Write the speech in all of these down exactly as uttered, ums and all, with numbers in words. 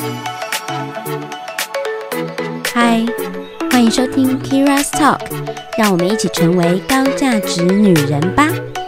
嗨，欢迎收听 Kira's Talk， 让我们一起成为高价值女人吧。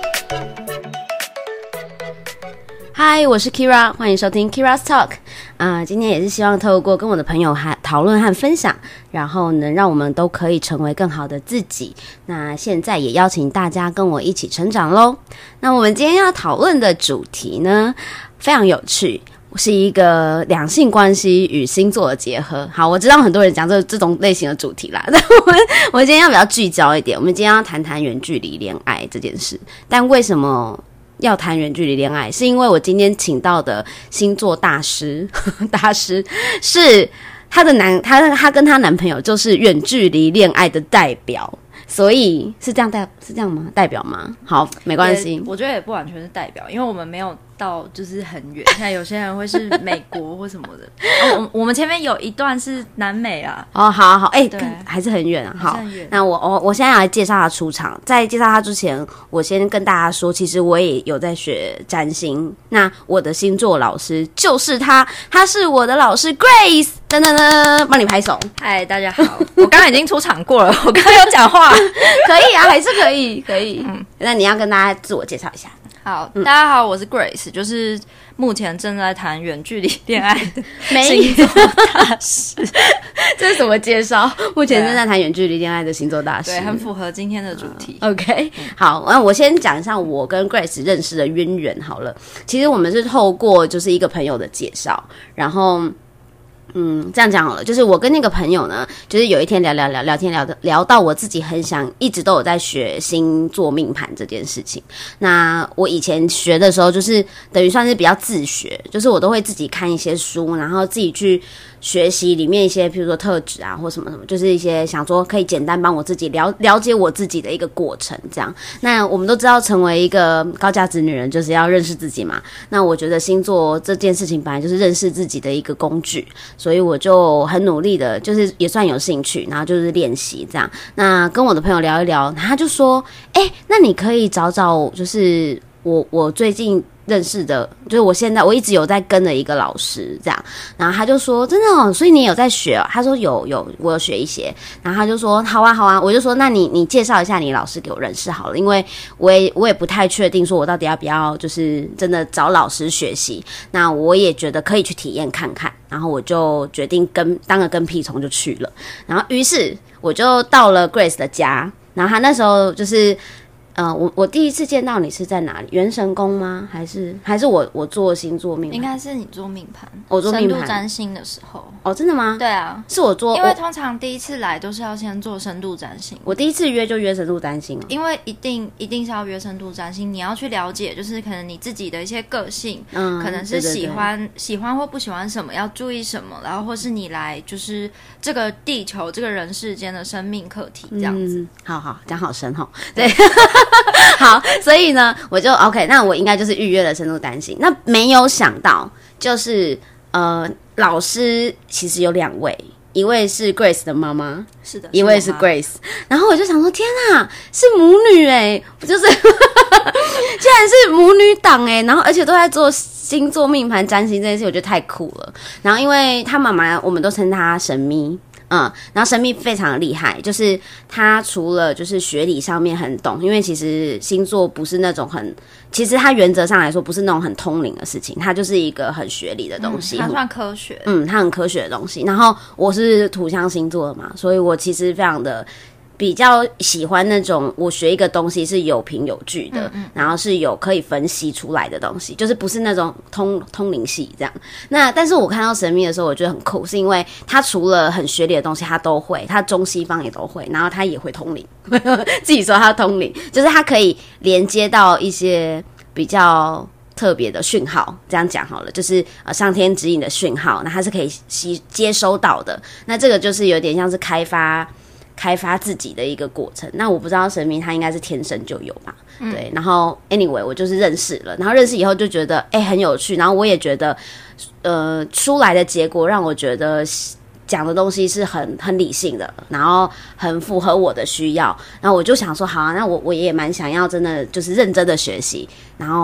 嗨，我是 Kira， 欢迎收听 Kira's Talk。呃，今天也是希望透过跟我的朋友和讨论和分享，然后能让我们都可以成为更好的自己。那现在也邀请大家跟我一起成长咯。那我们今天要讨论的主题呢，非常有趣，是一个两性关系与星座的结合。好，我知道很多人讲这这种类型的主题啦，但我们我们今天要比较聚焦一点，我们今天要谈谈远距离恋爱这件事。但为什么要谈远距离恋爱？是因为我今天请到的星座大师大师是她的男，她她跟她男朋友就是远距离恋爱的代表。所以是这样代是这样吗？代表吗？好，没关系。 我觉得也不完全是代表，因为我们没有到就是很远。现在有些人会是美国或什么的。哦，我们前面有一段是南美啊。 哦，好好好，哎、欸，还是很远啊。好，那我我我现在来介绍他出场。在介绍他之前，我先跟大家说，其实我也有在学占星。那我的星座老师就是他，他是我的老师 Grace。噔噔噔，帮你拍手。 嗨，大家好，我刚刚已经出场过了，我刚刚有讲话。 可以啊，还是可以，可以。嗯，那你要跟大家自我介绍一下。 好，大家好，我是 Grace， 就是目前正在谈远距离恋爱的星座大师。 这是什么介绍？目前正在谈远距离恋爱的星座大师， 对，很符合今天的主题。 嗯、OK， 好，那我先讲一下我跟 Grace 认识的渊源好了。其实我们是透过就是一个朋友的介绍，然后。嗯，这样讲好了，就是我跟那个朋友呢，就是有一天聊聊聊聊天聊的聊到我自己很想一直都有在学星座命盘这件事情。那我以前学的时候，就是等于算是比较自学，就是我都会自己看一些书，然后自己去学习里面一些，譬如说特质啊，或什么什么，就是一些想说可以简单帮我自己了了解我自己的一个过程。这样，那我们都知道，成为一个高价值女人，就是要认识自己嘛。那我觉得星座这件事情本来就是认识自己的一个工具。所以我就很努力的，就是也算有兴趣，然后就是练习这样。那跟我的朋友聊一聊，他就说：“哎、欸，那你可以找找，就是我我最近认识的，就是我现在我一直有在跟的一个老师这样。”然后他就说：“真的哦，所以你也有在学哦？”他说有：“有有，我有学一些。”然后他就说：“好啊好啊。”我就说：“那你你介绍一下你老师给我认识好了，因为我也我也不太确定说我到底要不要就是真的找老师学习。那我也觉得可以去体验看看。”然后我就决定跟当个跟屁虫就去了，然后于是我就到了 Grace 的家，然后他那时候就是，呃，我我第一次见到你是在哪里？元神宫吗？还是还是我我做星座命盘？ 应该是你做命盘， 我做命盘， 深度占星的时候。 哦，真的吗？ 对啊， 是我做， 因为通常第一次来都是要先做深度占星。 我第一次约就约深度占星了， 因为一定一定是要约深度占星，你要去了解，就是可能你自己的一些个性，嗯，可能是喜欢对对对喜欢或不喜欢什么，要注意什么，然后或是你来就是这个地球这个人世间的生命课题这样子。嗯、 好好讲好深齁，对，好，所以呢，我就 OK， 那我应该就是预约了深度占星，那没有想到就是呃。老师其实有两位，一位是 Grace 的妈妈， 是的， 一位是 Grace。然后我就想说，天哪，是母女哎、欸，就是竟然是母女档哎、欸，然后而且都在做星座命盘占星这件事，我觉得太酷了。然后因为他妈妈，我们都称她神秘。嗯，然后神秘非常的厉害，就是他除了就是学理上面很懂，因为其实星座不是那种很，其实它原则上来说不是那种很通灵的事情，它就是一个很学理的东西， 嗯、它算科学， 嗯，它很科学的东西。然后我是土象星座的嘛，所以我其实非常的。比较喜欢那种我学一个东西是有凭有据的，嗯嗯然后是有可以分析出来的东西，就是不是那种通通灵系这样。那但是我看到神秘的时候，我觉得很酷，是因为他除了很学理的东西他都会，他中西方也都会，然后他也会通灵，自己说他通灵，就是他可以连接到一些比较。特别的讯号，这样讲好了，就是呃上天指引的讯号，那它是可以吸接收到的。那这个就是有点像是开发开发自己的一个过程。那我不知道神明他应该是天生就有吧，嗯、对。然后 anyway 我就是认识了，然后认识以后就觉得哎、欸、很有趣，然后我也觉得呃出来的结果让我觉得。讲的东西是很很理性的，然后很符合我的需要，然后我就想说，好啊，那我我也蛮想要真的就是认真的学习，然后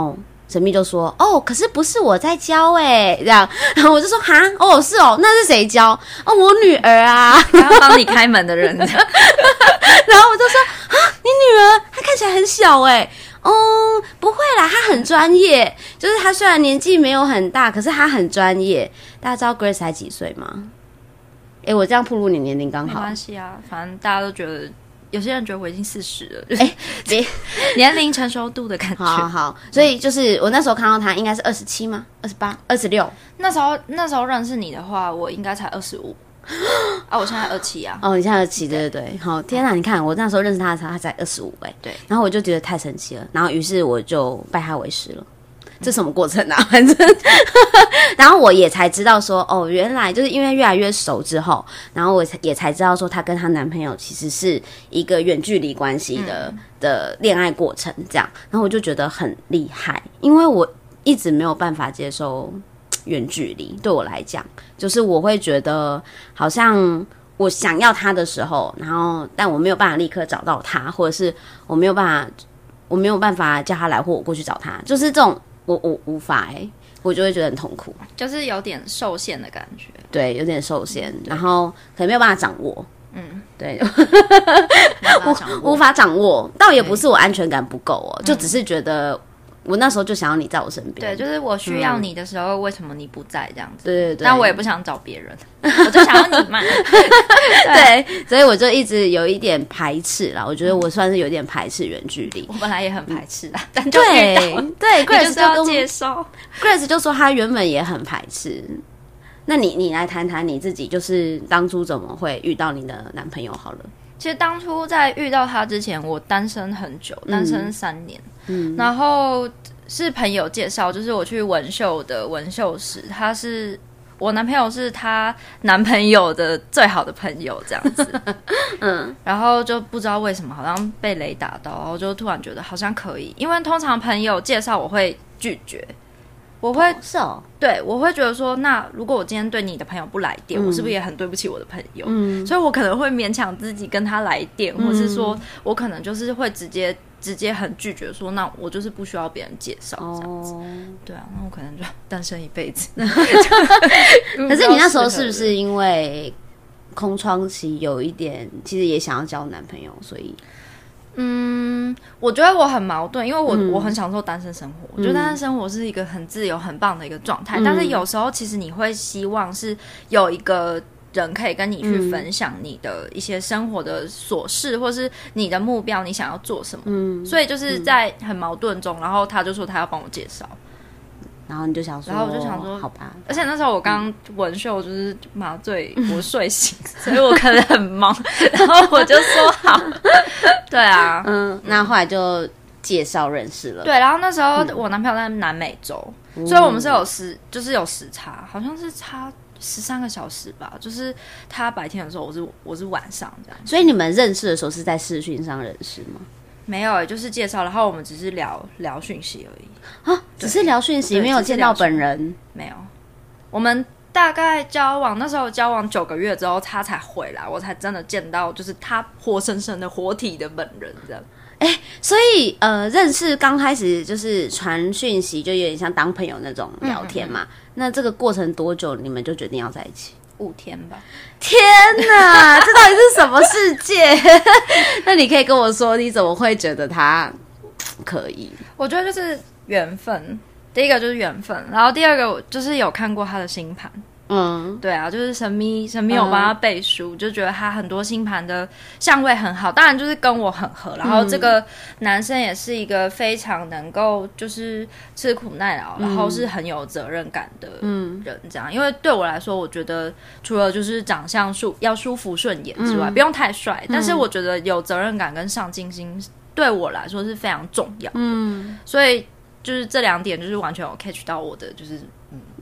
神秘就说：“哦，可是不是我在教哎、欸，这样。”然后我就说：“哈，哦，是哦，那是谁教？哦，我女儿啊， 刚刚帮你开门的人。”然后我就说：“啊，你女儿她看起来很小哎、欸。”哦，不会啦，她很专业。就是她虽然年纪没有很大，可是她很专业。大家知道 Grace 才几岁吗？哎，我这样暴露你年龄刚好。 没关系啊，反正大家都觉得。有些人觉得我已经四十了，哎、欸， 别年龄成熟度的感觉。 好好，所以就是我那时候看到他应该是二十七吗？二十八、二十六。 那时候那时候认识你的话，我应该才二十五啊，我现在二七啊。 哦，你现在二七，对对对。好，天哪！你看我那时候认识他的时候，他才二十五，哎， 对。 然后我就觉得太神奇了，然后于是我就拜他为师了。这什么过程啊？反正，然后我也才知道说，哦，原来就是因为越来越熟之后，然后我也才知道说，她跟她男朋友其实是一个远距离关系的、嗯、的恋爱过程，这样。然后我就觉得很厉害，因为我一直没有办法接受远距离，对我来讲，就是我会觉得好像我想要他的时候，然后但我没有办法立刻找到他，或者是我没有办法，我没有办法叫他来，或我过去找他，就是这种。我我无法哎、欸，我就会觉得很痛苦， 就是有点受限的感觉， 对，有点受限，然后可能没有办法掌握， 嗯， 对，无法掌握，倒也不是我安全感不够哦，嗯、就只是觉得我那时候就想要你在我身边， 对，就是我需要你的时候，嗯、为什么你不在这样子？ 对对对， 但我也不想找别人，我就想要你嘛， 对，所以我就一直有一点排斥啦。我觉得我算是有点排斥远距离， 我本来也很排斥啦，但就遇到了对对，Grace 就要接受 ，Grace 就说她原本也很排斥。那你你来谈谈你自己，就是当初怎么会遇到你的男朋友好了？ 其实当初在遇到他之前，我单身很久，单身三年，嗯，然后是朋友介绍，就是我去纹绣的纹绣师，他是我男朋友，是他男朋友的最好的朋友，这样子，嗯，然后就不知道为什么，好像被雷打到，然后就突然觉得好像可以，因为通常朋友介绍我会拒绝。我会、 哦、是哦， 对，我会觉得说，那如果我今天对你的朋友不来电，嗯、我是不是也很对不起我的朋友？嗯，所以我可能会勉强自己跟他来电，嗯、或是说我可能就是会直接直接很拒绝说，那我就是不需要别人介绍这样子。哦、对啊，那我可能就单身一辈子。 可是你那时候是不是因为空窗期有一点，其实也想要交男朋友，所以？ 嗯，我觉得我很矛盾，因为我、嗯、我很享受单身生活，我觉得单身生活是一个很自由、很棒的一个状态。嗯、但是有时候其实你会希望是有一个人可以跟你去分享你的一些生活的琐事，嗯、或是你的目标，你想要做什么。嗯，所以就是在很矛盾中，然后他就说他要帮我介绍。 然后你就想说， 然后我就想说， 好吧。 而且那时候我刚纹绣就是麻醉，我睡醒，所以我可能很忙。然后我就说好，对啊， 嗯，那后来就介绍认识了。 对，然后那时候我男朋友在南美洲，嗯、所以我们是有时就是有时差，好像是差十三个小时吧。就是他白天的时候，我是我是晚上这样。 所以你们认识的时候是在视讯上认识吗？ 没有、欸，就是介绍，然后我们只是聊聊讯息而已啊，只是聊讯息，没有见到本人。 没有，我们大概交往那时候交往九个月之后，他才回来，我才真的见到就是他活生生的活体的本人这样。 哎、欸，所以呃，认识刚开始就是传讯息，就有点像当朋友那种聊天嘛。嗯嗯嗯，那这个过程多久，你们就决定要在一起？ 五天吧。 天哪，这到底是什么世界？那你可以跟我说，你怎么会觉得他可以？ 我觉得就是缘分，第一个就是缘分，然后第二个就是有看过他的星盘。嗯，对啊，就是神秘神秘有帮他背书，嗯、就觉得他很多星盘的相位很好，当然就是跟我很合。然后这个男生也是一个非常能够就是吃苦耐劳，嗯、然后是很有责任感的人，这样。嗯、因为对我来说，我觉得除了就是长相舒要舒服顺眼之外，嗯、不用太帅，但是我觉得有责任感跟上进心对我来说是非常重要的。嗯，所以就是这两点就是完全有 catch 到我的就是。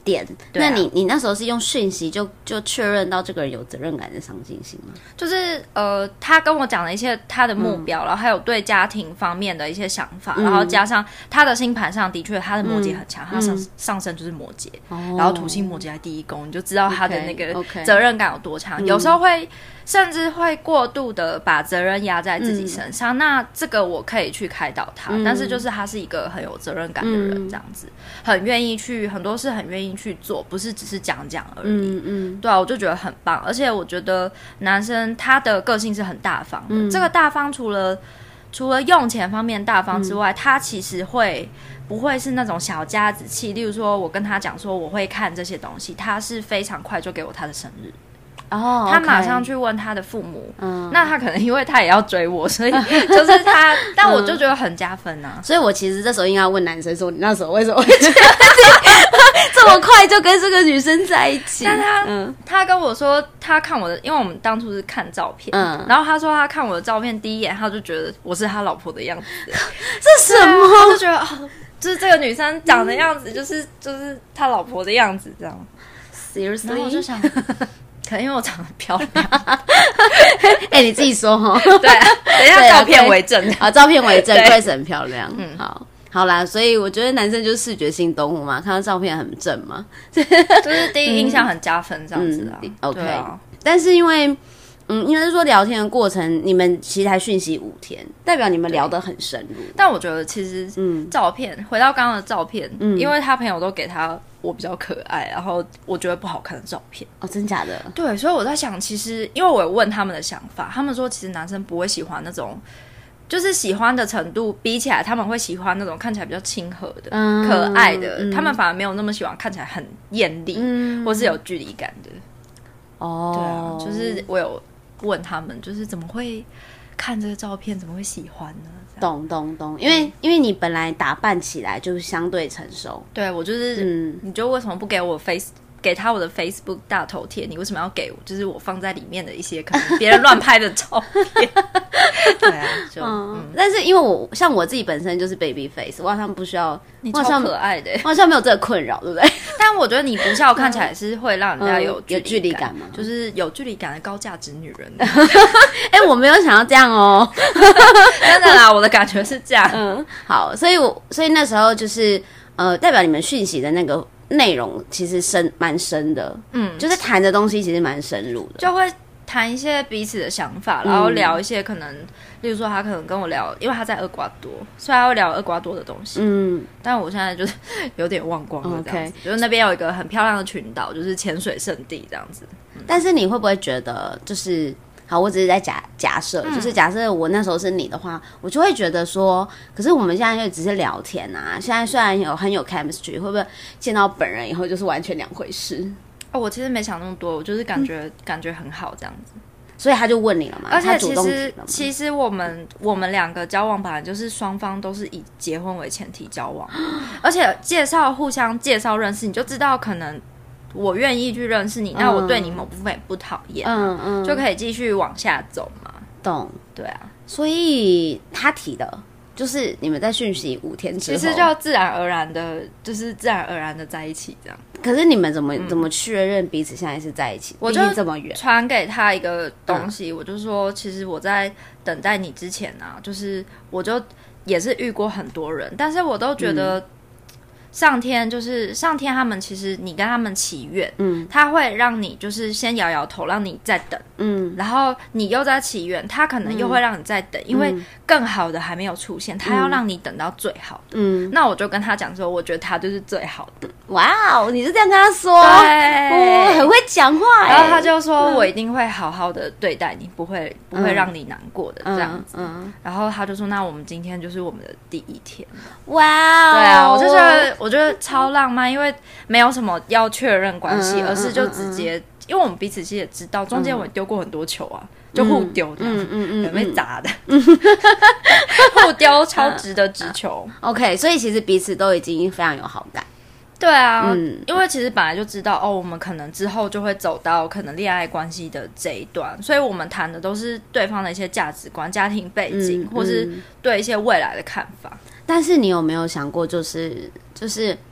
点。那你你那时候是用讯息就就确认到这个人有责任感跟上进心吗？ 就是呃，他跟我讲了一些他的目标，嗯、然后还有对家庭方面的一些想法，嗯、然后加上他的星盘上的确他的摩羯很强，嗯、他上上升就是摩羯，嗯、然后土星摩羯在第一宫，你就知道他的那个责任感有多强。Okay, okay. 有时候会甚至会过度的把责任压在自己身上，嗯、那这个我可以去开导他，嗯、但是就是他是一个很有责任感的人，这样子，嗯、很愿意去很多事很愿意去做，不是只是讲讲而已。嗯嗯，对啊，我就觉得很棒，而且我觉得男生他的个性是很大方的，嗯、这个大方除了除了用钱方面大方之外，嗯、他其实会不会是那种小家子气？例如说，我跟他讲说我会看这些东西，他是非常快就给我他的生日。哦、oh, okay. 他马上去问他的父母，嗯，那他可能因为他也要追我，所以就是他，但我就觉得很加分啊。 所以我其实这时候应该问男生说，你那时候为什么会觉得这么快就跟这个女生在一起？ 但他、嗯、他跟我说，他看我的，因为我们当初是看照片，嗯，然后他说他看我的照片第一眼，他就觉得我是他老婆的样子。 这什么？ 他就觉得哦，就是这个女生长的样子，就是就是他老婆的样子，这样。 Seriously， 然后我就想。可能因为我长得漂亮， 哎、欸，你自己说哈。 对啊，等一下照片为证啊，照片为证 ，Grace 很漂亮。嗯，好，好啦，所以我觉得男生就是视觉性动物嘛，看到照片很正嘛， 就是第一印象很加分这样子啊。 嗯、OK，、啊、但是因为嗯，应该是说聊天的过程，你们其实才讯息五天，代表你们聊得很深入。 但我觉得其实，嗯，照片回到刚刚的照片，嗯，因为他朋友都给他我比较可爱，然后我觉得不好看的照片。 哦，真假的？ 对，所以我在想，其实因为我有问他们的想法，他们说其实男生不会喜欢那种。就是喜欢的程度比起来，他们会喜欢那种看起来比较亲和的、嗯、可爱的、嗯，他们反而没有那么喜欢看起来很艳丽、嗯、或是有距离感的。哦，对啊，就是我有问他们，就是怎么会看这个照片，怎么会喜欢呢？ 懂懂懂，因为、嗯、因为你本来打扮起来就是相对成熟。 对，我就是，嗯，你就为什么不给我 face？给他我的 Facebook 大头贴，你为什么要给我？就是我放在里面的一些可能别人乱拍的照片。对啊，就、嗯嗯、但是因为我像我自己本身就是 baby face， 我好像不需要， 你超可爱的， 我好像没有这个困扰，对不对？ 但我觉得你不笑看起来是会让人家有有距离感嘛， 就是有距离感的高价值女人。 哎、欸，我没有想要这样哦， 真的啦，我的感觉是这样。 嗯，好，所以我所以那时候就是呃，代表你们讯息的那个。内容其实深蛮深的，嗯，就是谈的东西其实蛮深入的， 就会谈一些彼此的想法，然后聊一些可能，嗯、例如说他可能跟我聊，因为他在厄瓜多，所以他会聊厄瓜多的东西，嗯，但我现在就是有点忘光了这样子， okay. 就是那边有一个很漂亮的群岛，就是潜水圣地这样子， 嗯、但是你会不会觉得就是？好，我只是在假假设，嗯、就是假设我那时候是你的话，我就会觉得说，可是我们现在就只是聊天啊。现在虽然有很有 chemistry， 会不会见到本人以后就是完全两回事？ 哦，我其实没想那么多，我就是感觉、嗯、感觉很好这样子。 所以他就问你了嘛？ 而且其实其实我们我们两个交往本来就是双方都是以结婚为前提交往，而且介绍互相介绍认识，你就知道可能。我愿意去认识你，那我对你某部分也不讨厌，嗯嗯，就可以继续往下走嘛。 懂， 对啊。 所以他提的就是你们在讯息五天之后， 其实就自然而然的，就是自然而然的在一起这样。 可是你们怎么、嗯、怎么确认彼此现在是在一起？ 我就这么远， 传给他一个东西、嗯，我就说，其实我在等待你之前啊，就是我就也是遇过很多人，但是我都觉得。嗯上天就是上天，他们其实你跟他们祈愿，嗯，他会让你就是先摇摇头，让你再等，嗯，然后你又在祈愿，他可能又会让你再等，嗯、因为更好的还没有出现，他要让你等到最好的，嗯，那我就跟他讲说，我觉得他就是最好的。 哇哦，你是这样跟他说，对，哦、很会讲话耶。 然后他就说、嗯、我一定会好好的对待你，不会不会让你难过的、嗯、这样子、嗯。然后他就说，那我们今天就是我们的第一天。 哇哦， 对啊，我就觉得。我觉得超浪漫，因为没有什么要确认关系、嗯，而是就直接，嗯嗯嗯、因为我们彼此其实也知道，中间我也丢过很多球啊，嗯、就互丢这样子，嗯嗯嗯，被砸的，嗯、互丢超直的直球。 OK， 所以其实彼此都已经非常有好感。 对啊、嗯，因为其实本来就知道哦，我们可能之后就会走到可能恋爱关系的这一段，所以我们谈的都是对方的一些价值观、家庭背景，嗯、或是对一些未来的看法。 但是你有没有想过，就是就是，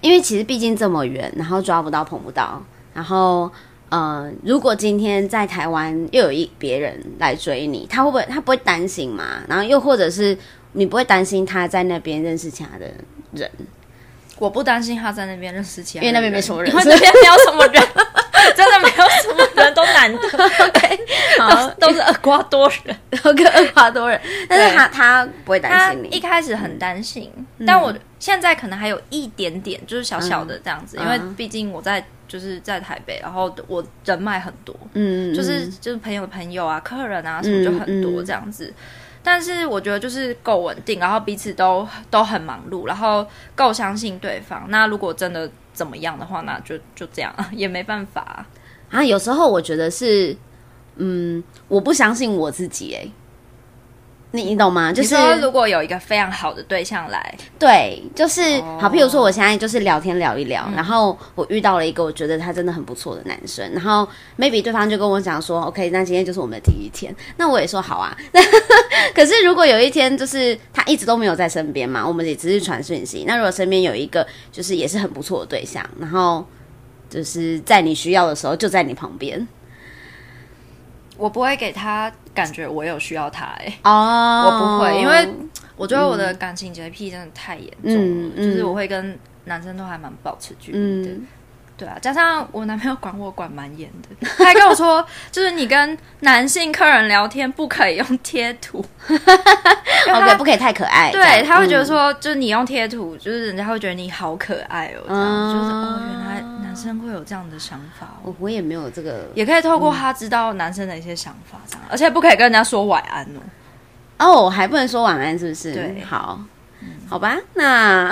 因为其实毕竟这么远，然后抓不到碰不到，然后呃，如果今天在台湾又有一别人来追你，他会不会他不会担心嘛？然后又或者是你不会担心他在那边认识其他的人？ 我不担心他在那边认识其他人， 因为那边没什么人， 因为那边没有什么人，真的没有什么人，都男的，对，都都是厄瓜多人， 都跟厄瓜多人。但是他他不会担心你， 他一开始很担心，嗯、但我现在可能还有一点点，就是小小的这样子，嗯、因为毕竟我在就是在台北，然后我人脉很多，嗯，就是就是朋友的朋友啊、客人啊什么就很多这样子。嗯嗯但是我觉得就是够稳定，然后彼此都都很忙碌，然后够相信对方。那如果真的怎么样的话，那就就这样，也没办法啊。有时候我觉得是，嗯，我不相信我自己、欸，哎，你你懂吗？就是你说如果有一个非常好的对象来， 对，就是、哦、好，譬如说我现在就是聊天聊一聊、嗯，然后我遇到了一个我觉得他真的很不错的男生，然后 maybe 对方就跟我讲说 ，OK， 那今天就是我们的第一天，那我也说好啊。可是如果有一天就是他一直都没有在身边嘛，我们也只是传讯息，那如果身边有一个就是也是很不错的对象，然后就是在你需要的时候就在你旁边。 我不会给他感觉我有需要他哎、欸， 哦、 oh, 我不会，因为我觉得我的感情洁癖真的太严重了、嗯，就是我会跟男生都还蛮保持距离的、嗯，对啊，加上我男朋友管我管蛮严的，他还跟我说，就是你跟男性客人聊天不可以用贴图 ，OK， 不可以太可爱， 对，他会觉得说，嗯、就是你用贴图，就是人家会觉得你好可爱哦，这样、嗯、就是哦，原来。男生会有这样的想法、哦， 我我也没有这个， 也可以透过他知道男生的一些想法，这样、嗯，而且不可以跟人家说晚安哦。哦，还不能说晚安，是不是？ 对， 好，嗯、好吧，那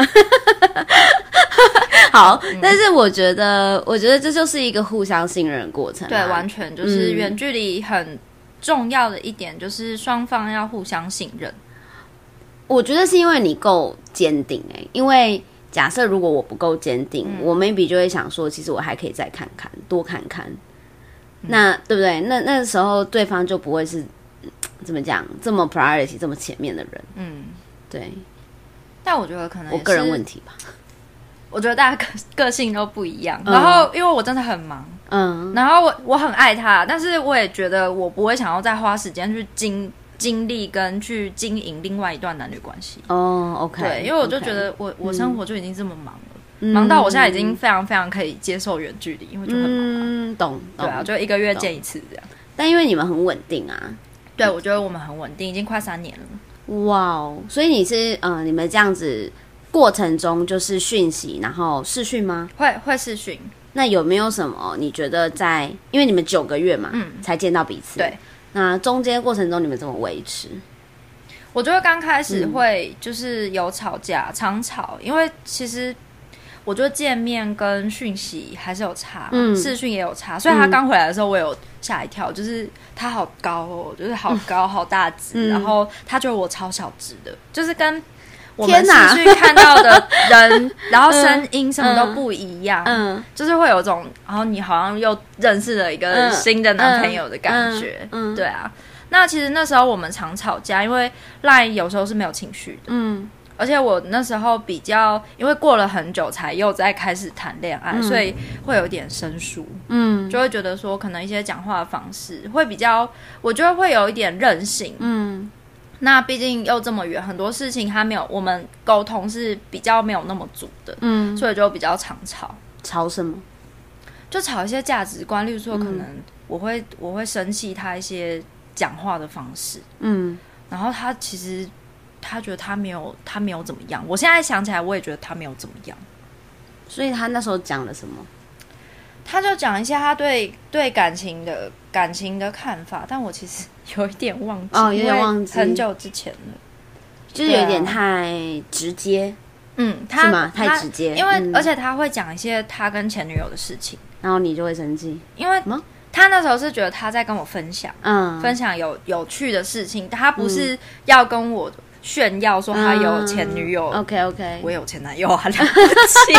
好、嗯，但是我觉得，我觉得这就是一个互相信任的过程、啊， 对，完全就是远距离很重要的一点，就是双方要互相信任。 我觉得是因为你够坚定哎、欸，因为。假设如果我不够坚定、嗯，我 maybe 就会想说，其实我还可以再看看，多看看。嗯、那对不对？那那时候对方就不会是怎么讲这么 priority 这么前面的人。嗯，对。 但我觉得可能我个人问题吧。 我觉得大家个个性都不一样。嗯、然后因为我真的很忙，嗯，然后我我很爱他，但是我也觉得我不会想要再花时间去经。经历跟去经营另外一段男女关系哦、oh, ，OK， 对，因为我就觉得我、okay. 我生活就已经这么忙了、嗯，忙到我现在已经非常非常可以接受远距离，因为就很忙、啊， 嗯，懂， 对啊，就一个月见一次这样。 但因为你们很稳定啊， 对，我觉得我们很稳定，已经快三年了。 哇哦，所以你是呃，你们这样子过程中就是讯息，然后视讯吗？ 会会视讯。 那有没有什么你觉得在，因为你们九个月嘛，嗯，才见到彼此， 对。 那中间过程中你们怎么维持？ 我觉得刚开始会就是有吵架，嗯、常吵，因为其实我觉得见面跟讯息还是有差，嗯，视讯也有差。所以他刚回来的时候，我有吓一跳，就是他好高哦，就是好高、嗯、好大只、嗯，然后他觉得我超小只的，就是跟我们视讯看到的人，然后声音什么都不一样，嗯，就是会有种，然后你好像又认识了一个新的男朋友的感觉，嗯，嗯对啊。那其实那时候我们常吵架，因为 LINE 有时候是没有情绪的，嗯，而且我那时候比较，因为过了很久才又再开始谈恋爱、嗯，所以会有点生疏，嗯，就会觉得说可能一些讲话的方式会比较，我觉得会有一点任性，嗯。那毕竟又这么远，很多事情他没有，我们沟通是比较没有那么足的，嗯，所以就比较常吵。 吵什么？ 就吵一些价值观，例如说，可能我会、嗯、我会生气他一些讲话的方式，嗯，然后他其实他觉得他没有他没有怎么样，我现在想起来，我也觉得他没有怎么样。 所以他那时候讲了什么？ 他就讲一下他对对感情的感情的看法，但我其实有一点忘记， 哦，有点忘记， 很久之前了， 就是有点太直接，嗯，他是吗？太直接， 因为、嗯、而且他会讲一些他跟前女友的事情， 然后你就会生气， 因为他那时候是觉得他在跟我分享，嗯，分享有有趣的事情，他不是要跟我炫耀说他有前女友、 嗯、，OK OK， 我有前男友啊，了不起。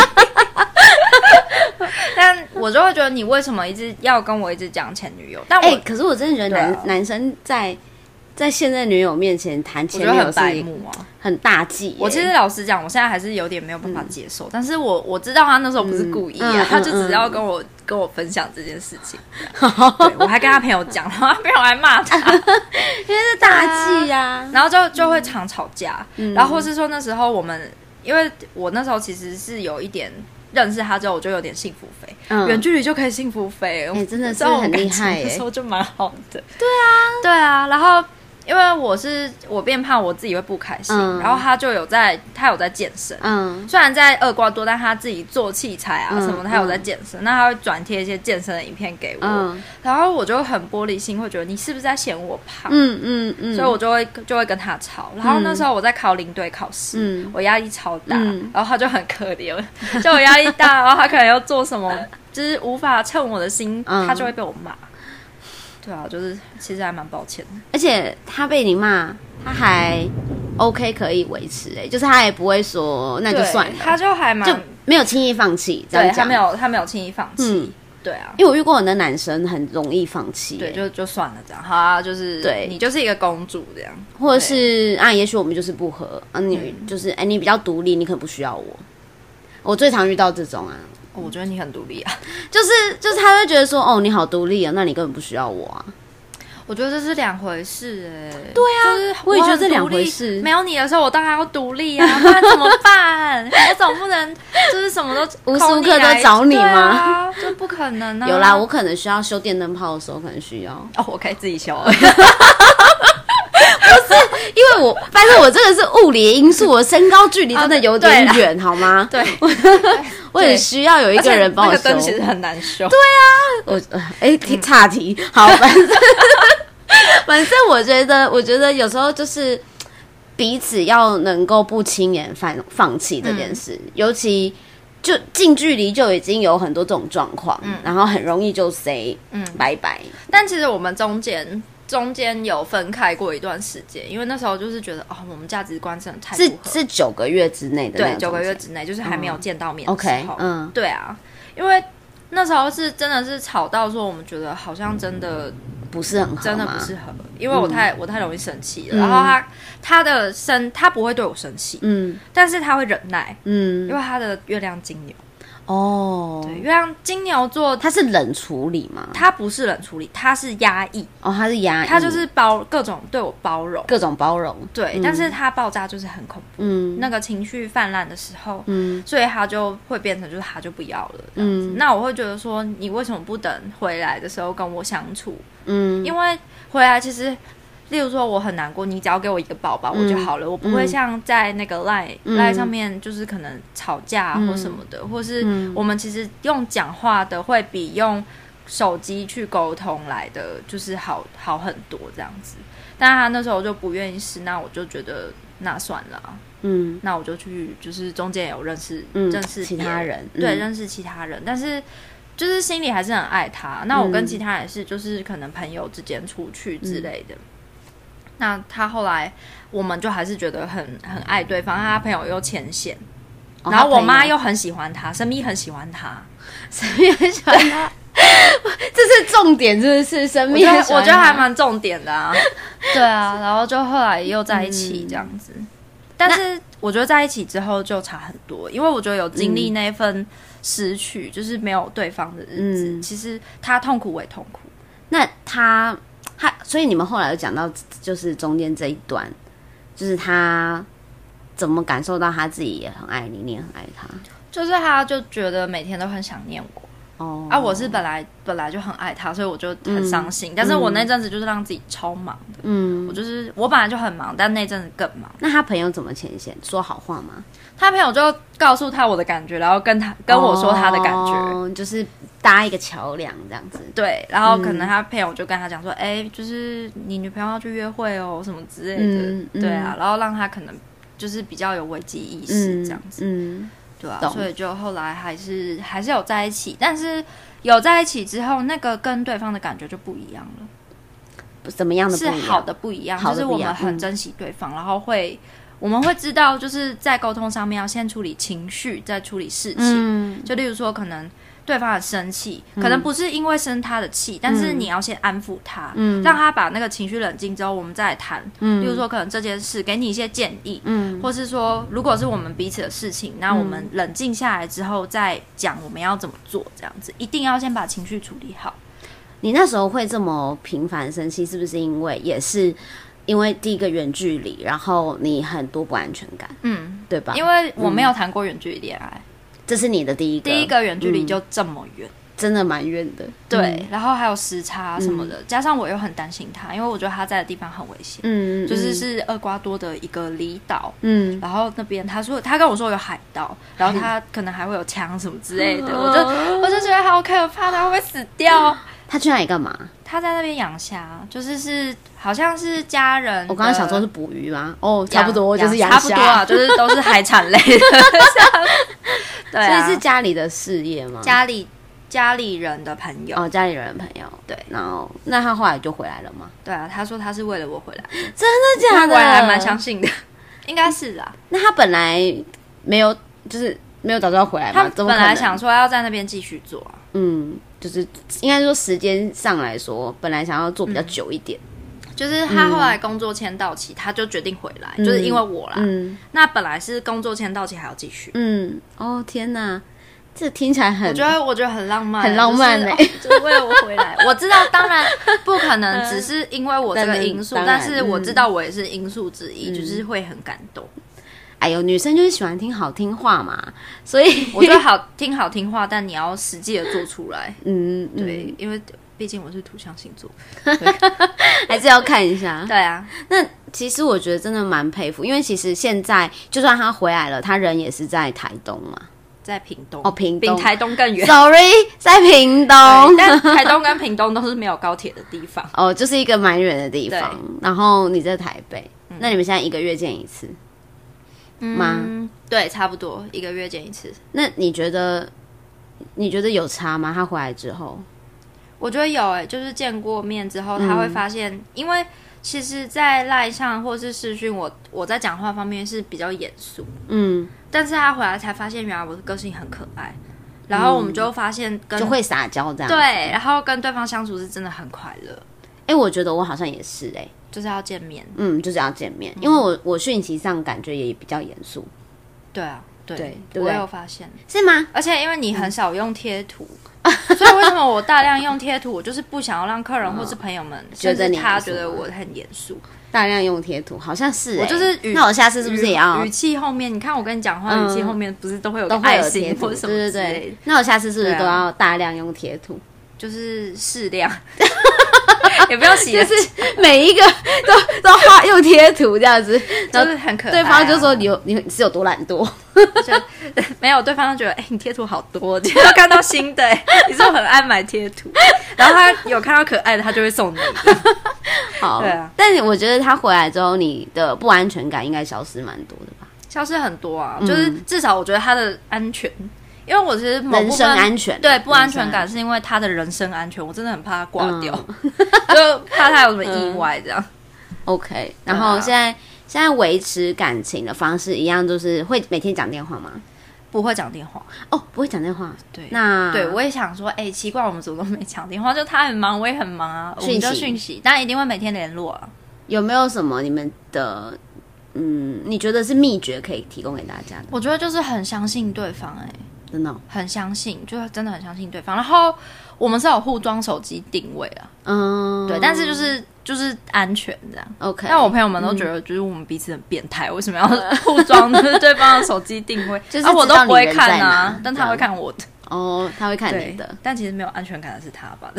但我就会觉得你为什么一直要跟我一直讲前女友？但我、 欸、可是我真的觉得男、啊、男生在在现任女友面前谈前女友是很白目啊， 很大忌。 我其实老实讲，我现在还是有点没有办法接受，嗯、但是我我知道他那时候不是故意啊，嗯嗯、他就只是要跟我、嗯、跟我分享这件事情。对，我还跟他朋友讲，然后他朋友还骂他， 因为是大忌呀、啊， 然后就就会常吵架，嗯、然后或是说那时候我们，因为我那时候其实是有一点。认识他之后，我就有点幸福飞，远、嗯、距离就可以幸福飞， 哎、欸，真的是很厉害、欸， 那时候就蛮好的。 对啊， 对啊，然后因为我是我变胖，我自己会不开心，嗯、然后他就有在，他有在健身，嗯，虽然在厄瓜多，但他自己做器材啊什么，嗯、他有在健身，嗯、那他会转贴一些健身的影片给我，嗯、然后我就很玻璃心，会觉得你是不是在嫌我胖？嗯嗯嗯，所以我就会就会跟他吵。然后那时候我在考领队考试，嗯、我压力超大，嗯、然后他就很可怜，就我压力大，然后他可能要做什么，就是无法称我的心，嗯、他就会被我骂。对啊，就是其实还蛮抱歉的， 而且他被你骂，他还 OK 可以维持、欸，哎，就是他也不会说那就算了， 他就还蛮就没有轻易放弃，这样讲， 他没有他没有轻易放弃，嗯、对啊， 因为我遇过很多男生很容易放弃、 欸，对，就就算了这样，好啊，就是对你就是一个公主这样， 或者是啊，也许我们就是不合啊，你、嗯、就是哎、欸，你比较独立，你可能不需要我，我最常遇到这种啊。 我觉得你很独立啊， 就是就是他会觉得说，哦，你好独立啊，那你根本不需要我啊。 我觉得这是两回事哎、欸。 对啊， 就是我也觉得这两回事。 没有你的时候，我当然要独立啊，不然怎么办？我总不能就是什么都无时无刻都找你吗？ 啊、就不可能啊。 有啦，我可能需要修电灯泡的时候，可能需要。 哦，我可以自己修。 不是，因为我发现我这个是物理因素，我身高距离真的有点远，好吗？ 对， 我很需要有一个人帮我修。 那个灯其实很难修。 对啊，我哎，岔题，好，反正反正我觉得，我觉得有时候就是彼此要能够不轻言放放弃这件事，嗯、尤其就近距离就已经有很多这种状况，嗯、然后很容易就 say 嗯拜拜。 但其实我们中间。中间有分开过一段时间，因为那时候就是觉得哦，我们价值观真的太不合， 是是九个月之内的那种， 对，九个月之内就是还没有见到面的时候， 嗯， okay, 嗯对啊，因为那时候是真的是吵到说，我们觉得好像真的不是很合， 真的不适合，因为我太、嗯、我太容易生气了，然后他他的生他不会对我生气，嗯，但是他会忍耐，嗯，因为他的月亮金牛。哦，对，月亮金牛座， 它是冷处理吗？ 它不是冷处理，它是压抑。 哦，它是压抑， 它就是包各种对我包容， 各种包容。 对，嗯、但是它爆炸就是很恐怖。嗯，那个情绪泛滥的时候，嗯，所以它就会变成就是他就不要了。嗯，那我会觉得说，你为什么不等回来的时候跟我相处？嗯，因为回来其实。例如说我很难过，你只要给我一个抱抱、嗯、我就好了，我不会像在那个 line、嗯、line 上面就是可能吵架或什么的、嗯、或是我们其实用讲话的会比用手机去沟通来的就是好好很多这样子，但他那时候就不愿意试，那我就觉得那算了、啊、嗯，那我就去就是中间有认识、嗯、认识其他人、 嗯、对，认识其他人，但是就是心里还是很爱他，那我跟其他人是就是可能朋友之间出去之类的、嗯，那他后来，我们就还是觉得很很爱对方，他朋友又牵线、哦，然后我妈又很喜欢他，神秘很喜欢他， 神秘很喜欢他，这是重点，是不是？神秘很喜欢他， 我觉得还蛮重点的啊。对啊，然后就后来又在一起这样子、嗯，但是我觉得在一起之后就差很多，因为我觉得有经历那份失去，嗯、就是没有对方的日子、嗯，其实他痛苦我也痛苦。 那他。他所以你们后来有讲到，就是中间这一段，就是他怎么感受到他自己也很爱你，你也很爱他， 就是他就觉得每天都很想念我。哦，啊，我是本来本来就很爱他，所以我就很伤心、嗯。但是我那阵子就是让自己超忙的，嗯，我就是我本来就很忙，但那阵子更忙。 那他朋友怎么牵线？说好话吗？ 他朋友就告诉他我的感觉，然后跟他跟我说他的感觉， 哦、就是搭一个桥梁这样子。 对，然后可能他朋友就跟他讲说，哎、嗯欸，就是你女朋友要去约会哦，什么之类的、嗯嗯，对啊，然后让他可能就是比较有危机意识这样子，嗯。嗯对啊，所以就后来还是还是有在一起，但是有在一起之后，那个跟对方的感觉就不一样了。 怎么样的不一样？ 是好的不一样，就是我们很珍惜对方，嗯、然后会我们会知道，就是在沟通上面要先处理情绪，再处理事情。嗯、就例如说，可能对方的生气，可能不是因为生他的气，嗯、但是你要先安抚他，嗯，让他把那个情绪冷静之后，我们再来谈。嗯，例如说可能这件事给你一些建议，嗯，或是说如果是我们彼此的事情，那我们冷静下来之后再讲我们要怎么做，这样子一定要先把情绪处理好。 你那时候会这么频繁生气，是不是因为也是因为第一个远距离，然后你很多不安全感，嗯，对吧？ 因为我没有谈过远距离恋爱。嗯， 这是你的第一个， 第一个远距离就这么远， 嗯，真的蛮远的。 对，嗯，然后还有时差什么的，嗯，加上我又很担心他，因为我觉得他在的地方很危险。嗯，就是是厄瓜多的一个离岛。嗯，然后那边他说他跟我说有海盗，然后他可能还会有枪什么之类的，嗯，我就我就觉得好可怕，他会不会死掉？ 他去那里干嘛？ 他在那边养虾，就是是好像是家人。 我刚刚想说是捕鱼吗？哦，差不多就是养虾， 差不多啊，就是都是海产类的。对啊， 所以是家里的事业吗？ 家里家里人的朋友哦，家里人的朋友。对，然后那他后来就回来了吗？ 对啊，他说他是为了我回来的。 真的假的？ 我还蛮相信的，应该是啦。 那他本来没有，就是没有打算要回来吗？ 他本来想说要在那边继续做啊。 嗯，就是应该说时间上来说，本来想要做比较久一点。 嗯，就是他后来工作签到期，嗯，他就决定回来，嗯，就是因为我啦。嗯，那本来是工作签到期还要继续。嗯， 哦天哪，这听起来很， 我觉得我觉得很浪漫， 很浪漫哎， 就是哦，就是为了我回来。我知道，当然不可能只是因为我这个因素，但是我知道我也是因素之一，嗯，就是会很感动。 哎呦，女生就是喜欢听好听话嘛，所以我觉得好听好听话，但你要实际的做出来。嗯，对，因为毕竟我是土象星座， 还是要看一下。 对啊， 那其实我觉得真的蛮佩服，因为其实现在就算他回来了，他人也是在台东嘛， 在屏东哦，屏东比台东更远。 Sorry， 在屏东， 但台东跟屏东都是没有高铁的地方。 哦，就是一个蛮远的地方。然后你在台北，嗯，那你们现在一个月见一次？吗？ 嗯，对，差不多一个月见一次。 那你觉得你觉得有差吗？他回来之后， 我觉得有诶，欸，就是见过面之后，他会发现，嗯，因为其实，在赖上或是视讯，我我在讲话方面是比较严肃，嗯，但是他回来才发现，原来我的个性很可爱，然后我们就发现跟就会撒娇这样， 对，然后跟对方相处是真的很快乐。 哎，欸，我觉得我好像也是哎，欸。 就是要见面， 嗯，就是要见面，因为我我讯息上感觉也比较严肃。 对啊，对， 对对我有发现， 是吗？ 而且因为你很少用贴图，嗯，所以为什么我大量用贴图？我就是不想要让客人或是朋友们觉得他觉得我很严肃。 大量用贴图，好像是，欸， 我就是语。 那我下次是不是也要语气后面？你看我跟你讲话，语气后面不是都会有个爱心或什么之类的？对对对。 那我下次是不是都要大量用贴图？ 就是适量。也不要洗， 就是每一个都都画用贴图这样子， 就是很可爱，啊。 对方就说你有你是有多懒惰， 没有，对方就觉得哎，欸，你贴图好多，就要看到新的，欸，你是不是很爱买贴图？然后他有看到可爱的，他就会送你。 好，对啊。但我觉得他回来之后，你的不安全感应该消失蛮多的吧？ 消失很多啊，嗯，就是至少我觉得他的安全。因为我其实某人身安全， 对不安全感是因为他的人身安全，我真的很怕他挂掉，嗯，就怕他有什么意外这样。嗯 OK， 然后现在，啊，现在维持感情的方式一样，就是会每天讲电话吗？ 不会讲电话哦，不会讲电话。 对， 那对我也想说，哎，欸，奇怪，我们怎么都没讲电话？就他很忙，我也很忙啊，我们就讯息，但一定会每天联络啊。 有没有什么你们的嗯，你觉得是秘诀可以提供给大家的？ 我觉得就是很相信对方，哎，欸。 真的，哦， 很相信，就真的很相信对方。然后我们是有互装手机定位啊，嗯，对，但是就是就是安全这样。OK， 但我朋友们都觉得，就是我们彼此很变态，嗯，为什么要互装就是对方的手机定位？就是，啊，我都不会看啊，但他会看我的。 哦，他会看你的， 但其实没有安全感的是他吧？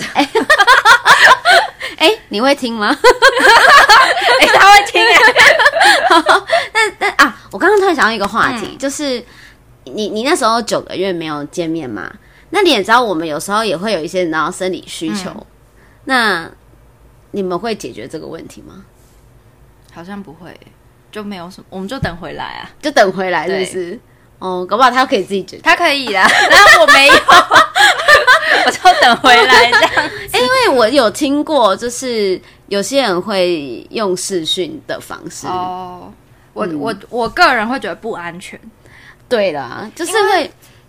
哎，欸，你会听吗？ 哎，欸，他会听哎，欸。 但但啊，我刚刚突然想到一个话题，嗯，就是。你你那时候九个月没有见面嘛？那你也知道，我们有时候也会有一些然后生理需求，嗯，那你们会解决这个问题吗？ 好像不会，就没有什么，我们就等回来啊， 就等回来，是不是？哦，搞不好他可以自己解决， 他可以啦，然后我没有，我就等回来这样。 欸，因为我有听过，就是有些人会用视讯的方式。哦， 我、嗯、我我个人会觉得不安全。 对啦，就是会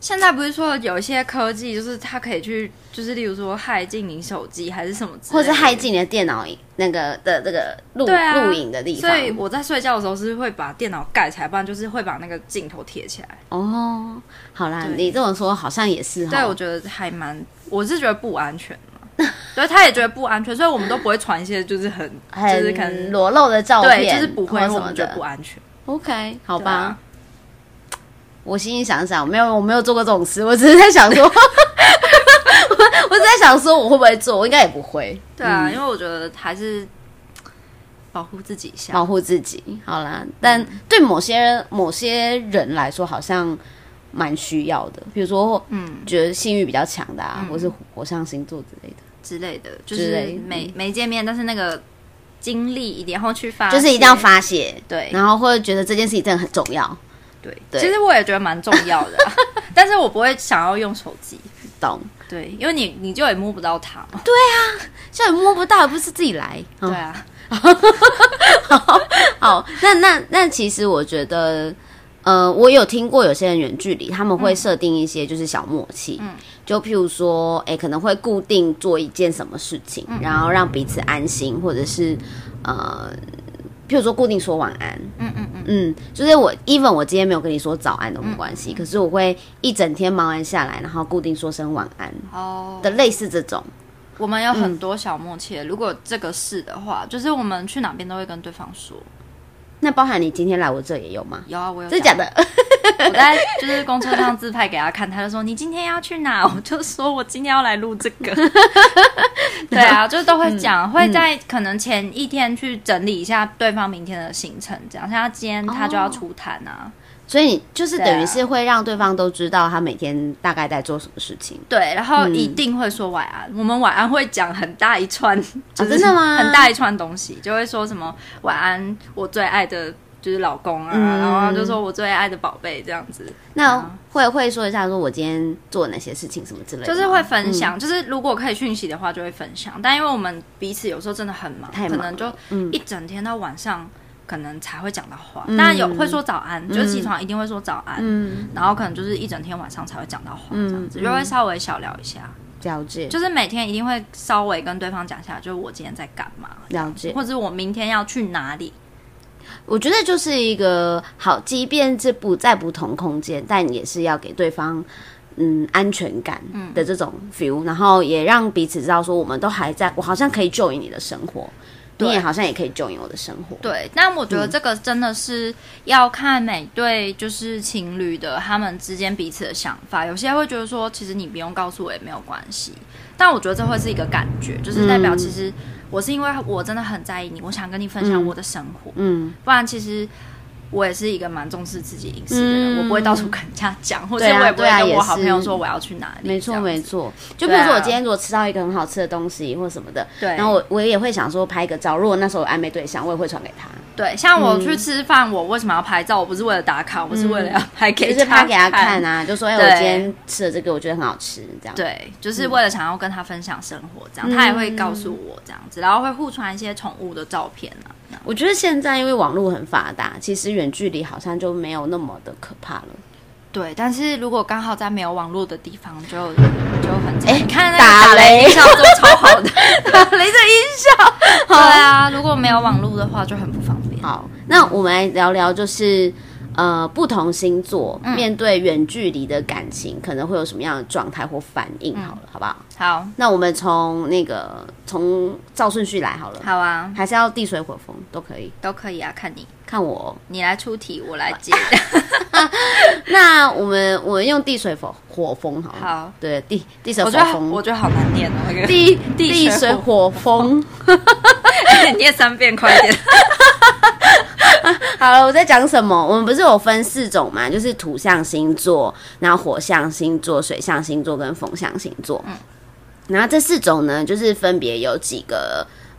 现在不是说有一些科技，就是它可以去，就是例如说害进你手机还是什么之类的， 或者是害进你的电脑那个的这个录录、啊、影的地方。 所以我在睡觉的时候是会把电脑盖起来，不然就是会把那个镜头贴起来。 哦，好啦，你这么说好像也是。 对，我觉得还蛮，我是觉得不安全嘛。所以他也觉得不安全，所以我们都不会传一些就是很很就是可能裸露的照片， 对，就是不会，因为我们觉得不安全。 OK， 好吧。啊、我心里想想，没有，我没有做过这种事，我只是在想说，我我只是在想说，我会不会做？我应该也不会。 对啊，嗯、因为我觉得还是保护自己一下， 保护自己。好啦，但对某些某些人来说，好像蛮需要的。比如说，嗯，觉得性欲比较强的啊，嗯、或是火象星座之类的。 之类的，就是没没见面，但是那个精力一定要去发， 就是一定要发泄， 对， 然后或者觉得这件事情真的很重要， 对，对其实我也觉得蛮重要的、啊，但是我不会想要用手机， 懂？ 对，因为你你就也摸不到它嘛， 对啊，就也摸不到，也不是自己来， 对啊， 好，好，那那那其实我觉得。呃，我有听过有些人远距离，他们会设定一些就是小默契，嗯、就譬如说，哎，可能会固定做一件什么事情，嗯、然后让彼此安心，或者是呃，譬如说固定说晚安，嗯嗯嗯，嗯，就是我 even 我今天没有跟你说早安都没关系，嗯、可是我会一整天忙完下来，然后固定说声晚安，哦，的类似这种。 我们有很多小默契，嗯、如果这个是的话，就是我们去哪边都会跟对方说。 那包含你今天来我这也有吗？ 有啊，我有。 真的假的？ 我在就是公车上自拍给他看，他就说你今天要去哪？我就说我今天要来录这个。对啊，就都会讲，嗯、会在可能前一天去整理一下对方明天的行程，这样像他今天他就要出摊啊。哦， 所以你就是等于是会让对方都知道他每天大概在做什么事情。 对，然后一定会说晚安。嗯、我们晚安会讲很大一串，就是真的吗？ 很大一串东西，就会说什么晚安，我最爱的就是老公啊，嗯、然后就说我最爱的宝贝这样子。 那会会说一下，说我今天做哪些事情什么之类的， 就是会分享。嗯、就是如果可以讯息的话，就会分享。但因为我们彼此有时候真的很忙， 太忙可能就一整天到晚上。可能才会讲到话，当然有会说早安，嗯、就是起床一定会说早安，嗯、然后可能就是一整天晚上才会讲到话，这样子、嗯、就会稍微小聊一下， 了解， 就是每天一定会稍微跟对方讲一下，就是我今天在干嘛， 了解， 或者我明天要去哪里。 我觉得就是一个好，即便是不在不同空间，但也是要给对方嗯安全感的这种 feel，、嗯、然后也让彼此知道说我们都还在，我好像可以 join 你的生活。你也好像也可以 join 我的生活。 对，但我觉得这个真的是要看每对就是情侣的他们之间彼此的想法。有些会觉得说，其实你不用告诉我也没有关系，但我觉得这会是一个感觉，就是代表其实我是因为我真的很在意你，我想跟你分享我的生活。嗯，不然其实我也是一个蛮重视自己隐私的人，嗯、我不会到处跟人家讲，或者我也不会跟我好朋友说我要去哪里。 没错没错，就比如说我今天如果吃到一个很好吃的东西或什么的，对，然后我我也会想说拍一个照，如果那时候有暧昧对象，我也会传给他。 对，像我去吃饭，嗯、我为什么要拍照？我不是为了打卡，我是为了要拍给他看， 就是拍给他看啊，就说哎、欸，我今天吃的这个我觉得很好吃，这样。 对，就是为了想要跟他分享生活，这样、嗯、他也会告诉我这样子，然后会互传一些宠物的照片啊。 我觉得现在因为网络很发达，其实远距离好像就没有那么的可怕了。 对，但是如果刚好在没有网络的地方就，就就很哎、欸，你看那个打雷音效做超好的， 打雷的音效。 对啊，如果没有网络的话就很不方便。 好，那我们来聊聊，就是呃，不同星座、嗯、面对远距离的感情，可能会有什么样的状态或反应？好了，嗯、好不好？ 好， 那我们从那个从照顺序来好了。 好啊， 还是要地水火风都可以， 都可以啊，看你。 看我， 你来出题，我来解。 那我们我们用地水火火风好了。 好， 对，地地水火风， 我觉得好难念哦。那个地地水火风， 你念三遍，快点。 好了，我在讲什么？我们不是有分四种嘛？就是土象星座，然后火象星座、水象星座跟风象星座。嗯，然后这四种呢，就是分别有几个。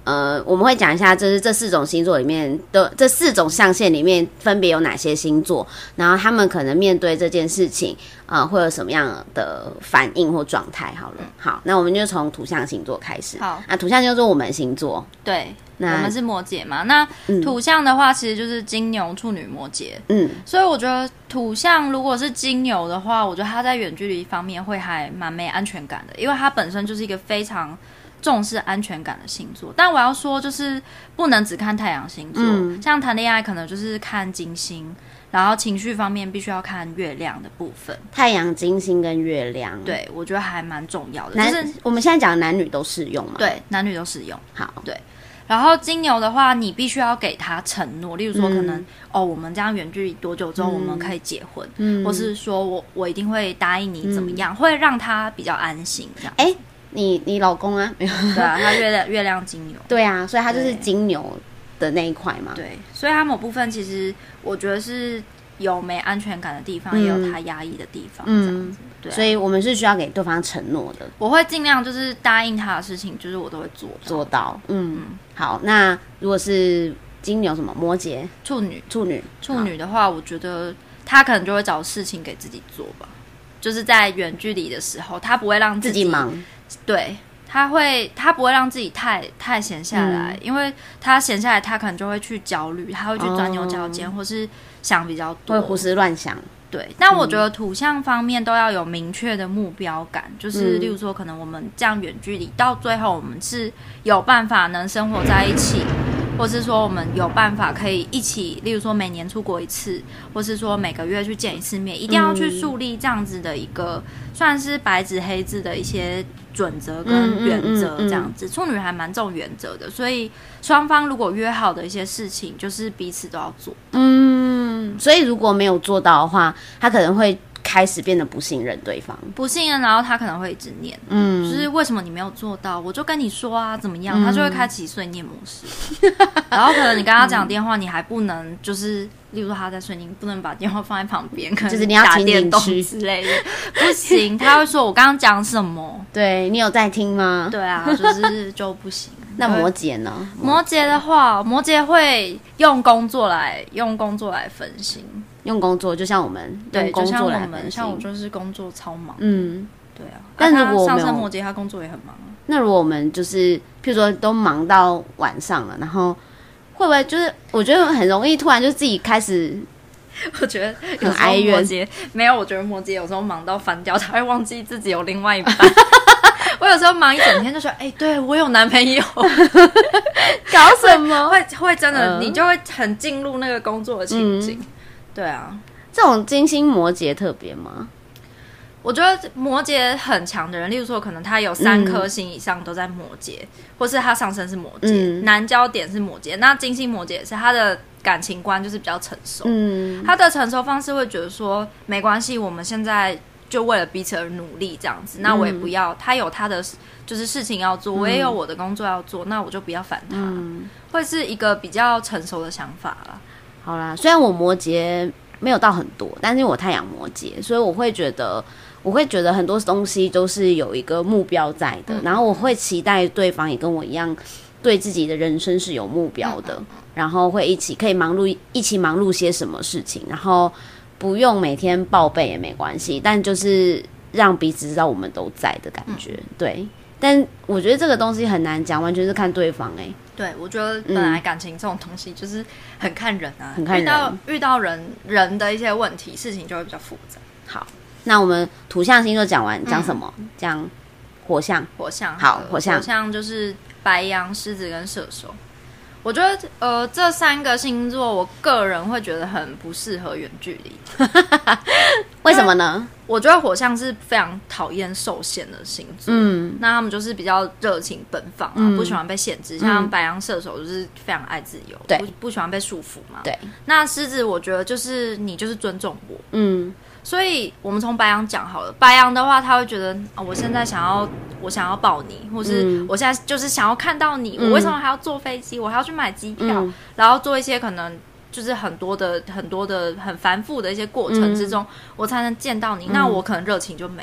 呃，我们会讲一下，就是这四种星座里面的这四种象限里面分别有哪些星座，然后他们可能面对这件事情，呃，会有什么样的反应或状态。好了，好，那我们就从土象星座开始。 好， 啊，土象星座我们星座， 对，我们是摩羯嘛。那土象的话，其实就是金牛、处女、摩羯。嗯，所以我觉得土象如果是金牛的话，我觉得他在远距离方面会还蛮没安全感的，因为他本身就是一个非常重视安全感的星座。但我要说，就是不能只看太阳星座，嗯、像谈恋爱可能就是看金星，然后情绪方面必须要看月亮的部分。 太阳、金星跟月亮， 对我觉得还蛮重要的。 就是我们现在讲的男女都适用嘛？ 对，男女都适用。 好， 对。然后金牛的话，你必须要给他承诺，例如说可能、嗯、哦，我们这样远距离多久之后我们可以结婚，嗯、或是说我我一定会答应你怎么样，嗯、会让他比较安心这样。 哎，你你老公啊？对啊，他月亮月亮金牛。 对啊，所以他就是金牛的那一块嘛。 对，所以他某部分其实我觉得是有没安全感的地方，嗯、也有他压抑的地方，这样子。对、啊， 所以我们是需要给对方承诺的。 我会尽量就是答应他的事情，就是我都会做到做到。嗯，嗯好，那如果是金牛什么摩羯、 处女、 处女、 处女的话，我觉得他可能就会找事情给自己做吧。就是在远距离的时候，他不会让自己自己忙， 对。他会，他不会让自己太太闲下来、嗯，因为他闲下来，他可能就会去焦虑，他会去钻牛角尖、哦，或是想比较多， 会胡思乱想。 对，但我觉得土象方面都要有明确的目标感，嗯、就是例如说，可能我们这样远距离，到最后我们是有办法能生活在一起，或是说我们有办法可以一起，例如说每年出国一次，或是说每个月去见一次面，一定要去树立这样子的一个、嗯、算是白纸黑字的一些准则跟原则这样子。处、嗯嗯嗯、女还蛮重原则的，所以双方如果约好的一些事情，就是彼此都要做。 嗯，所以如果没有做到的话，他可能会开始变得不信任对方， 不信任，然后他可能会一直念，嗯，就是为什么你没有做到？我就跟你说啊，怎么样？嗯、他就会开启碎念模式，然后可能你跟他讲电话，你还不能就是，例如说他在睡，你不能把电话放在旁边，可能就是你要打电动之类的，不行，他会说我刚刚讲什么？ 对你有在听吗？ 对啊，就是就不行。 那摩羯呢？ 摩羯的话，摩羯会用工作来用工作来分心。 用工作就像我们对， 工作来就像我们，像我就是工作超忙， 嗯， 对啊。 但如果上升摩羯，他工作也很忙。 那如果我们就是，譬如说都忙到晚上了，然后会不会就是我觉得很容易突然就自己开始， 我觉得有时候摩羯没有，我觉得摩羯有时候忙到翻掉，他会忘记自己有另外一半。我有时候忙一整天就说，哎、欸，对我有男朋友， 搞什么？ 会会真的、嗯，你就会很进入那个工作的情景。嗯、对啊， 这种金星摩羯特别吗？ 我觉得摩羯很强的人，例如说可能他有三颗星以上都在摩羯，嗯、或是他上升是摩羯，嗯、南交点是摩羯，那金星摩羯也是他的感情观就是比较成熟，嗯，他的成熟方式会觉得说没关系，我们现在就为了彼此而努力这样子，那我也不要、嗯、他有他的就是事情要做、嗯、我也有我的工作要做，那我就不要烦他、嗯、会是一个比较成熟的想法啦。 好啦，虽然我摩羯没有到很多，但是我太阳摩羯，所以我会觉得我会觉得很多东西都是有一个目标在的、嗯、然后我会期待对方也跟我一样对自己的人生是有目标的、嗯、然后会一起可以忙碌一起忙碌些什么事情，然后不用每天报备也没关系，但就是让彼此知道我们都在的感觉、嗯、对。但我觉得这个东西很难讲，完全是看对方。哎、欸， 对，我觉得本来感情这种东西就是很看人啊， 很看人，遇到遇到人人的一些问题，事情就会比较复杂。 好，那我们土象星座讲完，讲什么？讲、嗯、火象。 火象， 好，火象， 火象就是白羊、狮子跟射手。我觉得呃，这三个星座，我个人会觉得很不适合远距离。 为什么呢？ 我觉得火象是非常讨厌受限的星座，嗯，那他们就是比较热情奔放啊、嗯，不喜欢被限制。像白羊、射手就是非常爱自由，对，不不喜欢被束缚嘛。 对， 那狮子，我觉得就是你就是尊重我，嗯。所以我们从白羊讲好了，白羊的话，他会觉得、哦、我现在想要，我想要抱你，或是我现在就是想要看到你，嗯、我为什么还要坐飞机？我还要去买机票、嗯，然后做一些可能就是很多的、很多的很繁复的一些过程之中，嗯、我才能见到你。那我可能热情就没了。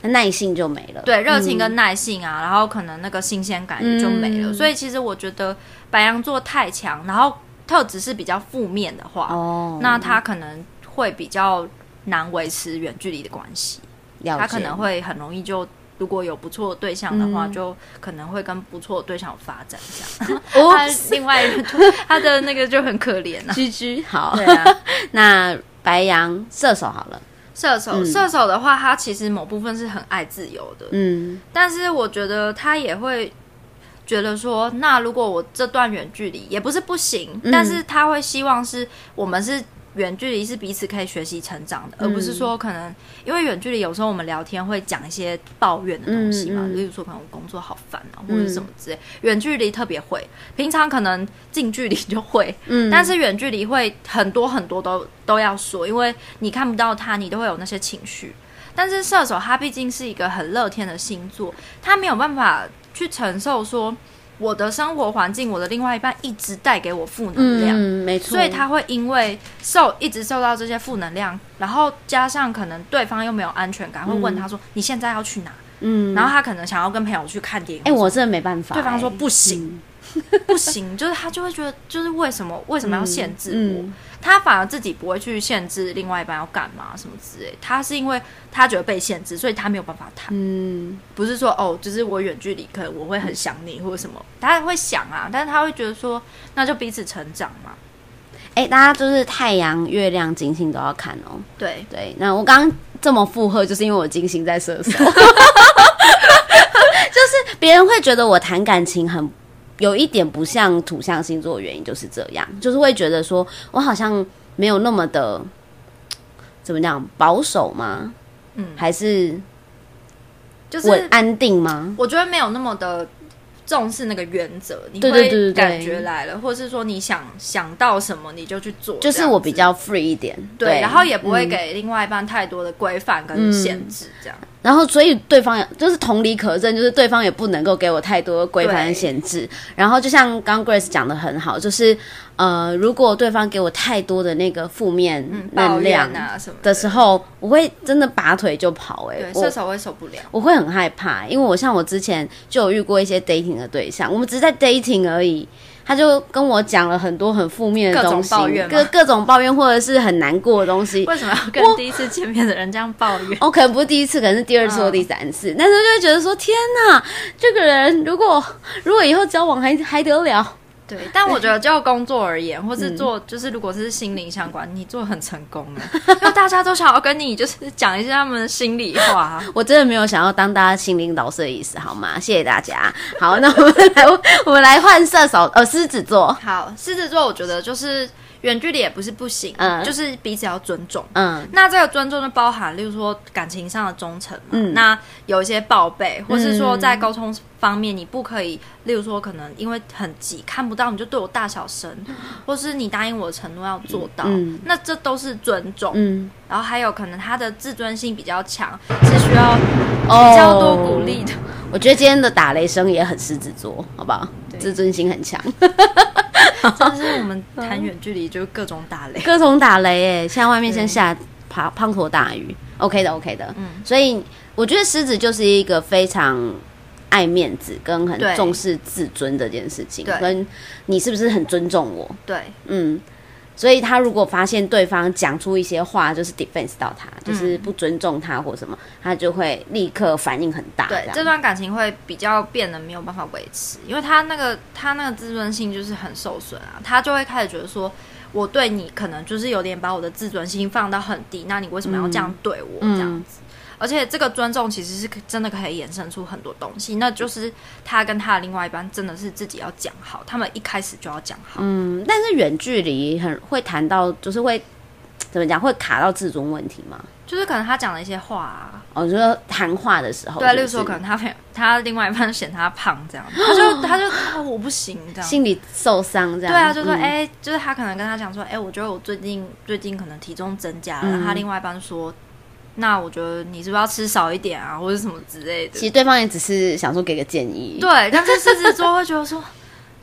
耐性就没了。 对，热情跟耐性啊、嗯、然后可能那个新鲜感也就没了、嗯、所以其实我觉得白羊座太强，然后特质是比较负面的话、哦、那他可能会比较难维持远距离的关系，他可能会很容易就如果有不错的对象的话、嗯、就可能会跟不错的对象有发展这样他另外他的那个就很可怜啊居居好对啊那白羊射手好了， 射手、嗯、射手的话他其实某部分是很爱自由的，嗯，但是我觉得他也会觉得说那如果我这段远距离也不是不行、嗯、但是他会希望是我们是远距离是彼此可以学习成长的、嗯、而不是说可能因为远距离有时候我们聊天会讲一些抱怨的东西嘛、嗯嗯、例如说可能我工作好烦啊或者什么之类、嗯、远距离特别会，平常可能近距离就会、嗯、但是远距离会很多很多都都要说，因为你看不到他你都会有那些情绪，但是射手他毕竟是一个很乐天的星座，他没有办法去承受说我的生活环境我的另外一半一直带给我负能量、 嗯、没错， 所以他会因为受一直受到这些负能量，然后加上可能对方又没有安全感、嗯、会问他说你现在要去哪，嗯，然后他可能想要跟朋友去看电影， 哎、欸，我真的没办法、欸， 对方说不行、嗯、不行，就是他就会觉得就是为什么为什么要限制我、嗯嗯、他反而自己不会去限制另外一半要干嘛什么之类，他是因为他觉得被限制所以他没有办法谈，嗯，不是说哦就是我远距离可能我会很想你或者什么，他会想啊，但是他会觉得说那就彼此成长嘛。 哎、欸，大家就是太阳月亮金星都要看哦。 对对，那我刚刚这么附和就是因为我金星在射手就是别人会觉得我谈感情很有一点不像土象星座的原因就是这样，就是会觉得说我好像没有那么的怎么讲保守吗？嗯，还是就是稳安定吗？ 我觉得没有那么的重视那个原则，你会感觉来了，或是说你想想到什么你就去做， 就是我比较 free 一点， 对, 对，然后也不会给另外一半太多的规范跟限制，这样、嗯。 然后，所以对方就是同理可证，就是对方也不能够给我太多的规范限制。然后，就像刚 Grace 讲的很好，就是呃，如果对方给我太多的那个负面能量的时候，嗯啊、我会真的拔腿就跑、欸。哎， 对，射手会受不了， 我会很害怕，因为我像我之前就有遇过一些 dating 的对象，我们只是在 dating 而已。他就跟我讲了很多很负面的东西， 各种抱怨各各种抱怨或者是很难过的东西。 为什么要跟第一次见面的人这样抱怨？ 哦，可能不是第一次，可能是第二次或第三次，但是就会觉得说，天哪，这个人如果如果以后交往还还得了？ 对，但我觉得就工作而言，或是做、嗯、就是如果是心灵相关，你做得很成功了，因为大家都想要跟你就是讲一些他们的心里话。 我真的没有想要当大家心灵导师的意思，好吗？谢谢大家。好，那我们来我们来换射手，呃，狮子座。 好，狮子座，我觉得就是远距离也不是不行，嗯，就是彼此要尊重。嗯，那这个尊重就包含，例如说感情上的忠诚嘛，嗯，那有一些报备，或是说在沟通方面，你不可以，例如说可能因为很急看不到你就对我大小声，或是你答应我的承诺要做到，嗯，那这都是尊重。嗯，然后还有可能他的自尊心比较强，是需要比较多鼓励的。哦， 我觉得今天的打雷声也很狮子座，好不好？自尊心很强。 真是我们谈远距离就各种打雷， 各种打雷耶！现在外面先下滂滂沱大雨 ，OK 的 ，OK 的。嗯，所以我觉得狮子就是一个非常爱面子跟很重视自尊这件事情，跟你是不是很尊重我？ 对， 嗯。所以他如果发现对方讲出一些话就是 defense 到他，就是不尊重他或什么，他就会立刻反应很大。 对，这段感情会比较变得没有办法维持，因为他那个他那个自尊心就是很受损啊，他就会开始觉得说，我对你可能就是有点把我的自尊心放到很低，那你为什么要这样对我？嗯，这样子。而且这个尊重其实是真的可以衍生出很多东西，那就是他跟他的另外一半真的是自己要讲好，他们一开始就要讲好。 嗯，但是远距离很会谈到，就是会怎么讲，会卡到自尊问题吗？ 就是可能他讲了一些话啊， 哦，就是谈话的时候， 对，例如说可能他朋友他另外一半嫌他胖这样，他就他就、啊、我不行这样， 心里受伤这样。 对啊，就说哎、嗯欸，就是他可能跟他讲说，哎、欸，我觉得我最近最近可能体重增加了，嗯、他另外一半说。那我觉得你是不是要吃少一点啊，或者什么之类的？ 其实对方也只是想说给个建议， 对。但是狮子座会觉得说，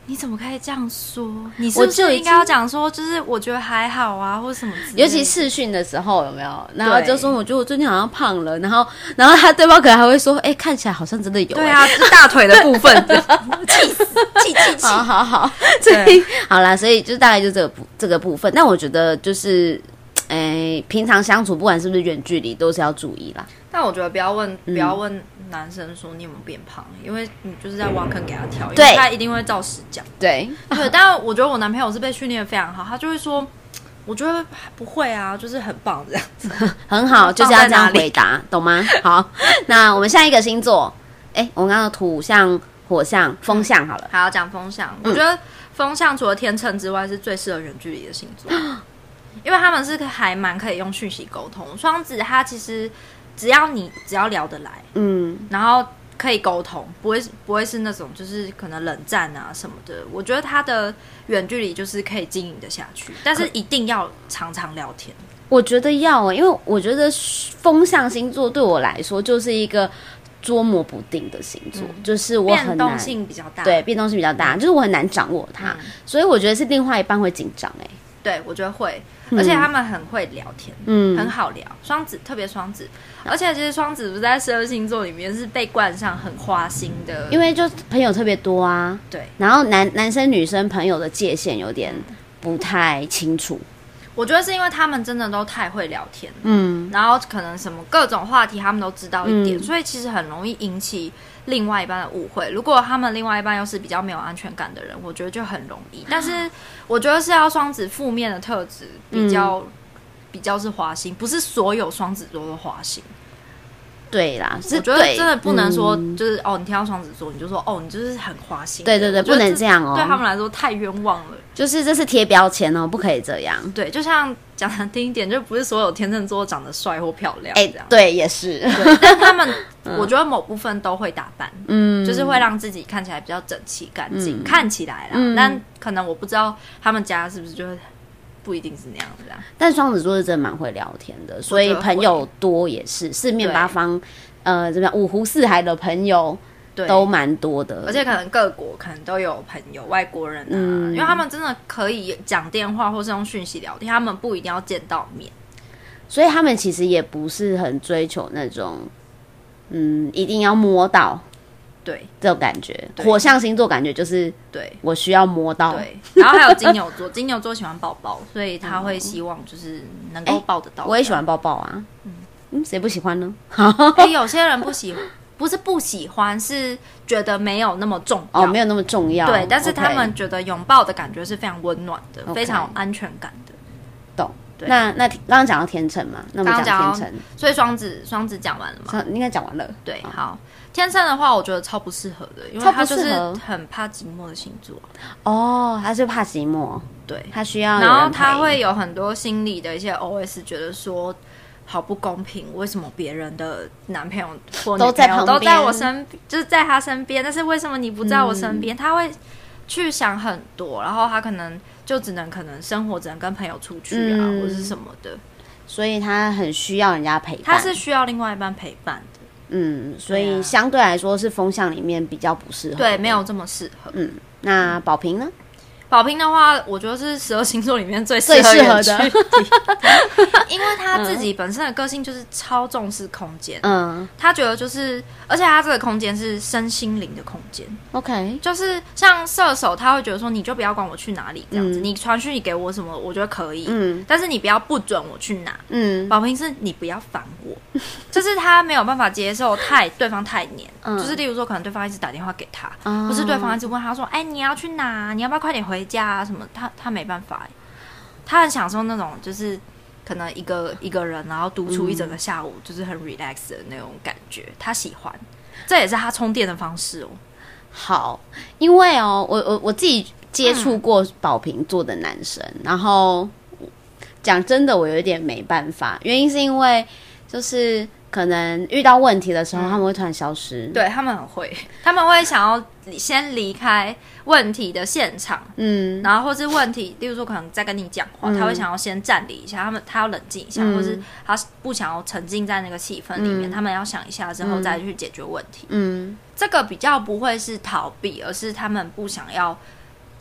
你怎么可以这样说？你是不是应该要讲说，就是我觉得还好啊，或者什么之类的？ 尤其视讯的时候有没有？然后就说我觉得我最近好像胖了，然后然后他对方可能还会说，哎、欸，看起来好像真的有、欸。 对啊，是大腿的部分，气死，气气气！ 好好好，所以好啦，所以就大概就这个部这个部分。但我觉得就是，哎、欸，平常相处不管是不是远距离，都是要注意啦。 但我觉得不要问，不要问男生说你有没有变胖，因为你就是在挖坑给他跳，因为他一定会照实讲。 对对，但我觉得我男朋友是被训练的非常好，他就会说，我觉得不会啊，就是很棒这样子， 很好，就是要这样回答，懂吗？好，那我们下一个星座，哎、欸，我们刚刚土象、火象、风象好了， 还要讲风象。我觉得风象除了天秤之外，是最适合远距离的星座，因为他们是还蛮可以用讯息沟通。双子他其实。只要你只要聊得来，嗯，然后可以沟通，不会不会是那种就是可能冷战啊什么的。我觉得他的远距离就是可以经营的下去，但是一定要常常聊天。 我觉得要、欸，因为我觉得风象星座对我来说就是一个捉摸不定的星座，嗯、就是我很难变动性比较大， 对，变动性比较大，就是我很难掌握它，嗯、所以我觉得是另外一半会紧张哎。 对，我觉得会，而且他们很会聊天，嗯，很好聊。双子特别双子，而且其实双子不是在十二星座里面是被冠上很花心的， 因为就朋友特别多啊。 对， 然后男男生女生朋友的界限有点不太清楚。 我觉得是因为他们真的都太会聊天，嗯，然后可能什么各种话题他们都知道一点，嗯、所以其实很容易引起另外一半的误会。如果他们另外一半又是比较没有安全感的人，我觉得就很容易。但是我觉得是要双子负面的特质比较、嗯、比较是花心，不是所有双子座都花心。 对啦， 我觉得真的不能说就是、嗯、哦，你听到双子座你就说哦，你就是很花心。 对对对，不能这样哦， 对他们来说太冤枉了。 就是这是贴标签哦，不可以这样。 对，就像讲难听一点，就不是所有天秤座长得帅或漂亮。哎、欸， 对，也是。 对，但他们、嗯、我觉得某部分都会打扮，嗯，就是会让自己看起来比较整齐干净、嗯，看起来啦、嗯。但可能我不知道他们家是不是就会。不一定是那样子啊， 但双子座是真的蛮会聊天的，所以朋友多也是四面八方，呃，怎么样五湖四海的朋友都蛮多的， 而且可能各国可能都有朋友，外国人啊，嗯、因为他们真的可以讲电话或是用讯息聊天，他们不一定要见到面， 所以他们其实也不是很追求那种，嗯，一定要摸到。 对， 这种感觉，火象星座感觉就是对我需要摸到， 对，然后还有金牛座，金牛座喜欢抱抱，所以他会希望就是能够抱得到、欸。 我也喜欢抱抱啊，嗯，谁不喜欢呢？ 哎、欸，有些人不喜欢，不是不喜欢，是觉得没有那么重要， 哦，没有那么重要。 对，但是他们觉得拥抱的感觉是非常温暖的， okay. 非常有安全感的。 懂。那那刚刚讲到天秤嘛，那我们讲天秤， 所以双子双子讲完了吗？ 应该讲完了。 对，好。天秤的话，我觉得超不适合的，因为他就是很怕寂寞的星座。 哦，他是怕寂寞， 对， 他需要有人陪。 然后他会有很多心理的一些 O S， 觉得说好不公平，为什么别人的男朋友或女朋友都在旁边，都在我身，就是在他身边，但是为什么你不在我身边？嗯、他会去想很多，然后他可能就只能可能生活只能跟朋友出去啊，嗯、或者是什么的， 所以他很需要人家陪伴， 他是需要另外一半陪伴的。 嗯，所以相对来说是风象里面比较不适合， 对，没有这么适合。 嗯，那宝瓶呢？ 宝瓶的话，我觉得是十二星座里面最最适合的， 因为他自己本身的个性就是超重视空间，嗯，他觉得就是，而且他这个空间是身心灵的空间 ，OK， 就是像射手，他会觉得说，你就不要管我去哪里这样子，嗯、你传讯你给我什么，我觉得可以，嗯，但是你不要不准我去哪，嗯，宝瓶是你不要烦我，就是他没有办法接受太对方太黏，嗯、就是例如说，可能对方一直打电话给他，嗯、或是对方一直问他说，哎，你要去哪？你要不要快点回家啊？什么？他他没办法，他很享受那种就是可能一个一个人，然后独处一整个下午，嗯、就是很 relax 的那种感觉，他喜欢，这也是他充电的方式哦。 好，因为哦，我我我自己接触过宝瓶座的男生，嗯、然后讲真的，我有一点没办法，原因是因为就是可能遇到问题的时候，嗯、他们会突然消失， 对他们很会，他们会想要先离开问题的现场，嗯，然后或是问题，例如说可能在跟你讲话，嗯、他会想要先站离一下，他们他要冷静一下，嗯、或是他不想要沉浸在那个气氛里面，嗯、他们要想一下之后再去解决问题，嗯，这个比较不会是逃避，而是他们不想要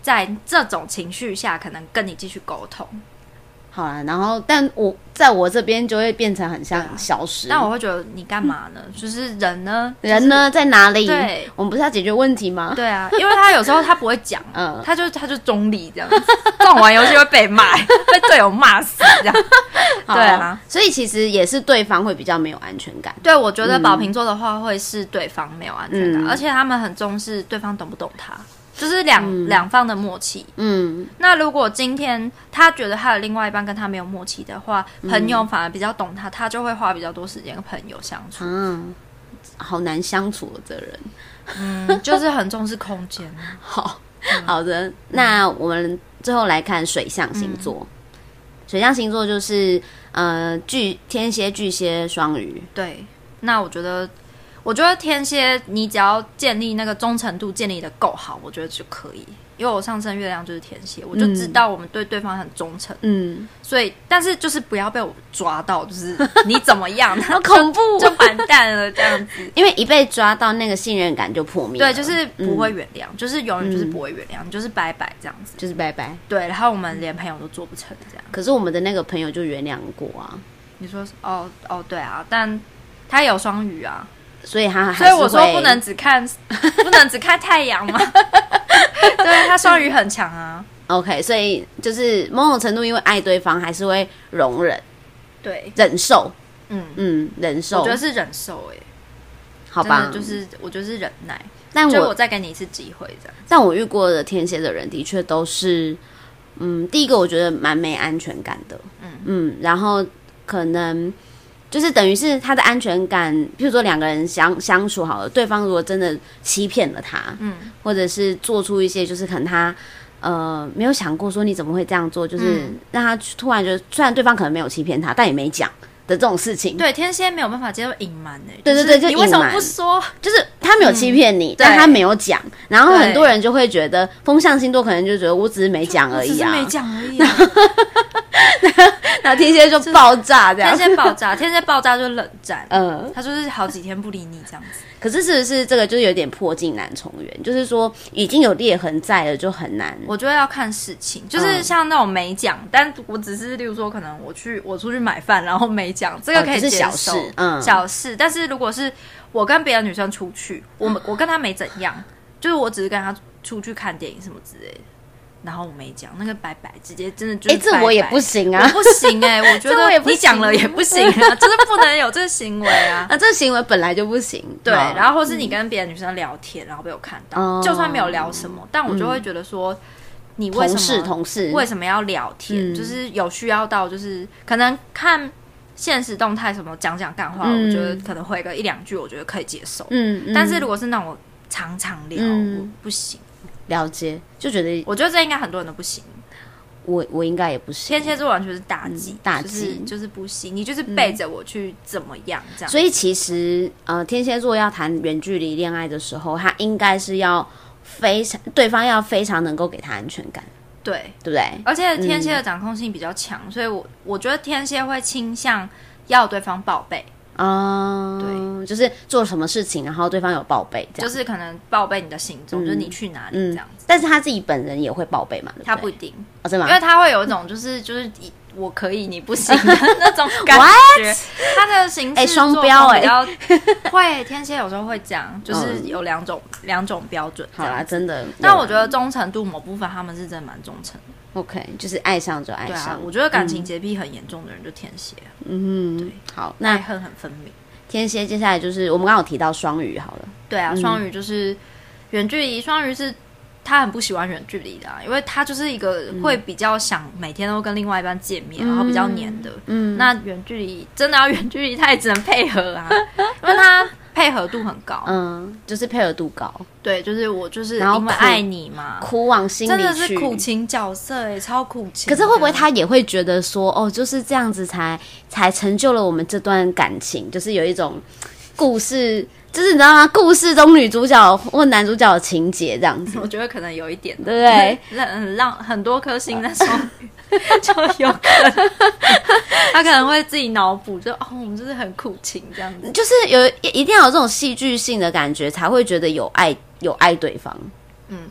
在这种情绪下可能跟你继续沟通。 好啦，然后但我在我这边就会变成很像消失。 但我会觉得你干嘛呢？就是人呢， 人呢、就是、在哪里？ 对， 我们不是要解决问题吗？ 对啊，因为他有时候他不会讲， 嗯， 他就他就中立这样子，这种玩游戏会被骂，被队友骂死这样。对啊， 所以其实也是对方会比较没有安全感。 对，我觉得宝瓶座的话会是对方没有安全感，嗯、而且他们很重视对方懂不懂他。就是两两、嗯、方的默契。嗯，那如果今天他觉得他的另外一半跟他没有默契的话，嗯、朋友反而比较懂他，他就会花比较多时间跟朋友相处。嗯， 好难相处的这人。 嗯，就是很重视空间。 好、嗯，好的。那我们最后来看水象星座。嗯、水象星座就是呃巨天蝎、巨蟹、双鱼。 对，那我觉得。我觉得天蝎，你只要建立那个忠诚度建立的够好，我觉得就可以。因为我上升月亮就是天蝎，我就知道我们对对方很忠诚。嗯，所以但是就是不要被我抓到，就是你怎么样， 好恐怖， 就完蛋了这样子。 因为一被抓到，那个信任感就破灭了。 对，就是不会原谅、嗯，就是永远就是不会原谅、嗯，你就是拜拜这样子， 就是拜拜。 对，然后我们连朋友都做不成这样。 可是我们的那个朋友就原谅过啊。 你说哦哦对啊，但他有双鱼啊。 所以他还是所以我说不能只看不能只看太阳嘛。对，他双鱼很强啊。 OK， 所以就是某种程度因为爱对方还是会容忍， 对， 忍受， 嗯嗯，忍受。 我觉得是忍受哎、欸， 好吧， 就是我觉得是忍耐。 但我就我再给你一次机会这样。 但我遇过的天蝎的人的确都是，嗯，第一个我觉得蛮没安全感的，嗯嗯，然后可能。就是等于是他的安全感，譬如说两个人相相处好了，对方如果真的欺骗了他，嗯，或者是做出一些就是可能他呃没有想过说你怎么会这样做，就是让他突然就虽然对方可能没有欺骗他，但也没讲的这种事情。 对，天蝎没有办法接受隐瞒诶。 对对对，就你为什么不说？ 就是他没有欺骗你，嗯、但他没有讲，然后很多人就会觉得风象星座可能就觉得我只是没讲而已啊， 只是没讲而已、啊。 然后天蝎就爆炸这样， 天蝎爆炸，天蝎爆炸就冷战，嗯，他就是好几天不理你这样子。 可是是不是这个就是有点破镜难重圆？就是说已经有裂痕在了，就很难。 我觉得要看事情，就是像那种没讲、嗯，但我只是例如说，可能我去我出去买饭，然后没讲，这个可以接受，哦、 是小事，嗯， 小事。但是如果是我跟别的女生出去，我们我跟她没怎样，就是我只是跟她出去看电影什么之类的。然后我没讲，那个拜拜，直接真的就是拜拜。 哎，这我也不行啊， 我不行哎、欸，我觉得你讲了也不行啊，就是不能有这个行为啊。 啊，这个行为本来就不行。 对，然后或是你跟别的女生聊天，然后被我看到，嗯、就算没有聊什么，但我就会觉得说，嗯、你为什么同事同事为什么要聊天？嗯、就是有需要到，就是可能看现实动态什么讲讲干话、嗯，我觉得可能回个一两句，我觉得可以接受。嗯，嗯但是如果是那种常常聊，嗯、我不行。 了解，就觉得我觉得这应该很多人都不行。 我我应该也不行。 天蝎座完全是大忌、嗯，大忌、就是、就是不行。你就是背着我去怎么样、嗯、这样。 所以其实呃，天蝎座要谈远距离恋爱的时候，他应该是要非常对方要非常能够给他安全感， 对对不对？ 而且天蝎的掌控性比较强、嗯，所以我我觉得天蝎会倾向要对方报备。 哦、嗯，对，就是做什么事情，然后对方有报备，这样就是可能报备你的行踪、嗯，就是你去哪里这样子、 嗯。但是他自己本人也会报备嘛？对不对？ 他不一定， 哦，真的吗？ 因为他会有一种就是就是我可以你不行的那种感觉。他的行事双标哎， 会天蝎有时候会这样，就是有两种两、嗯、种标准。 好啦，真的。 但我觉得忠诚度某部分他们是真的蛮忠诚的。 OK， 就是爱上就爱上。 对啊，我觉得感情洁癖很严重的人就天蝎。 嗯，对，好，那爱恨很分明。 天蝎接下来就是我们刚刚有提到双鱼，好了。 对啊，双鱼就是远距离，双鱼是他很不喜欢远距离的、啊，因为他就是一个会比较想每天都跟另外一半见面，嗯、然后比较黏的。嗯，那远距离真的要远距离，他也只能配合啊，因为他配合度很高。嗯， 就是配合度高。对， 就是我就是因为爱你嘛， 苦往心里去， 真的是苦情角色哎、欸，超苦情。 可是会不会他也会觉得说，哦，就是这样子才才成就了我们这段感情，就是有一种故事。就是你知道吗？故事中女主角或男主角的情节这样子， 我觉得可能有一点， 对不对？ 让让很多颗星在双鱼，就有可能他可能会自己脑补，就哦，我们就是很苦情这样子， 就是有一定要有这种戏剧性的感觉，才会觉得有爱有爱对方。 嗯，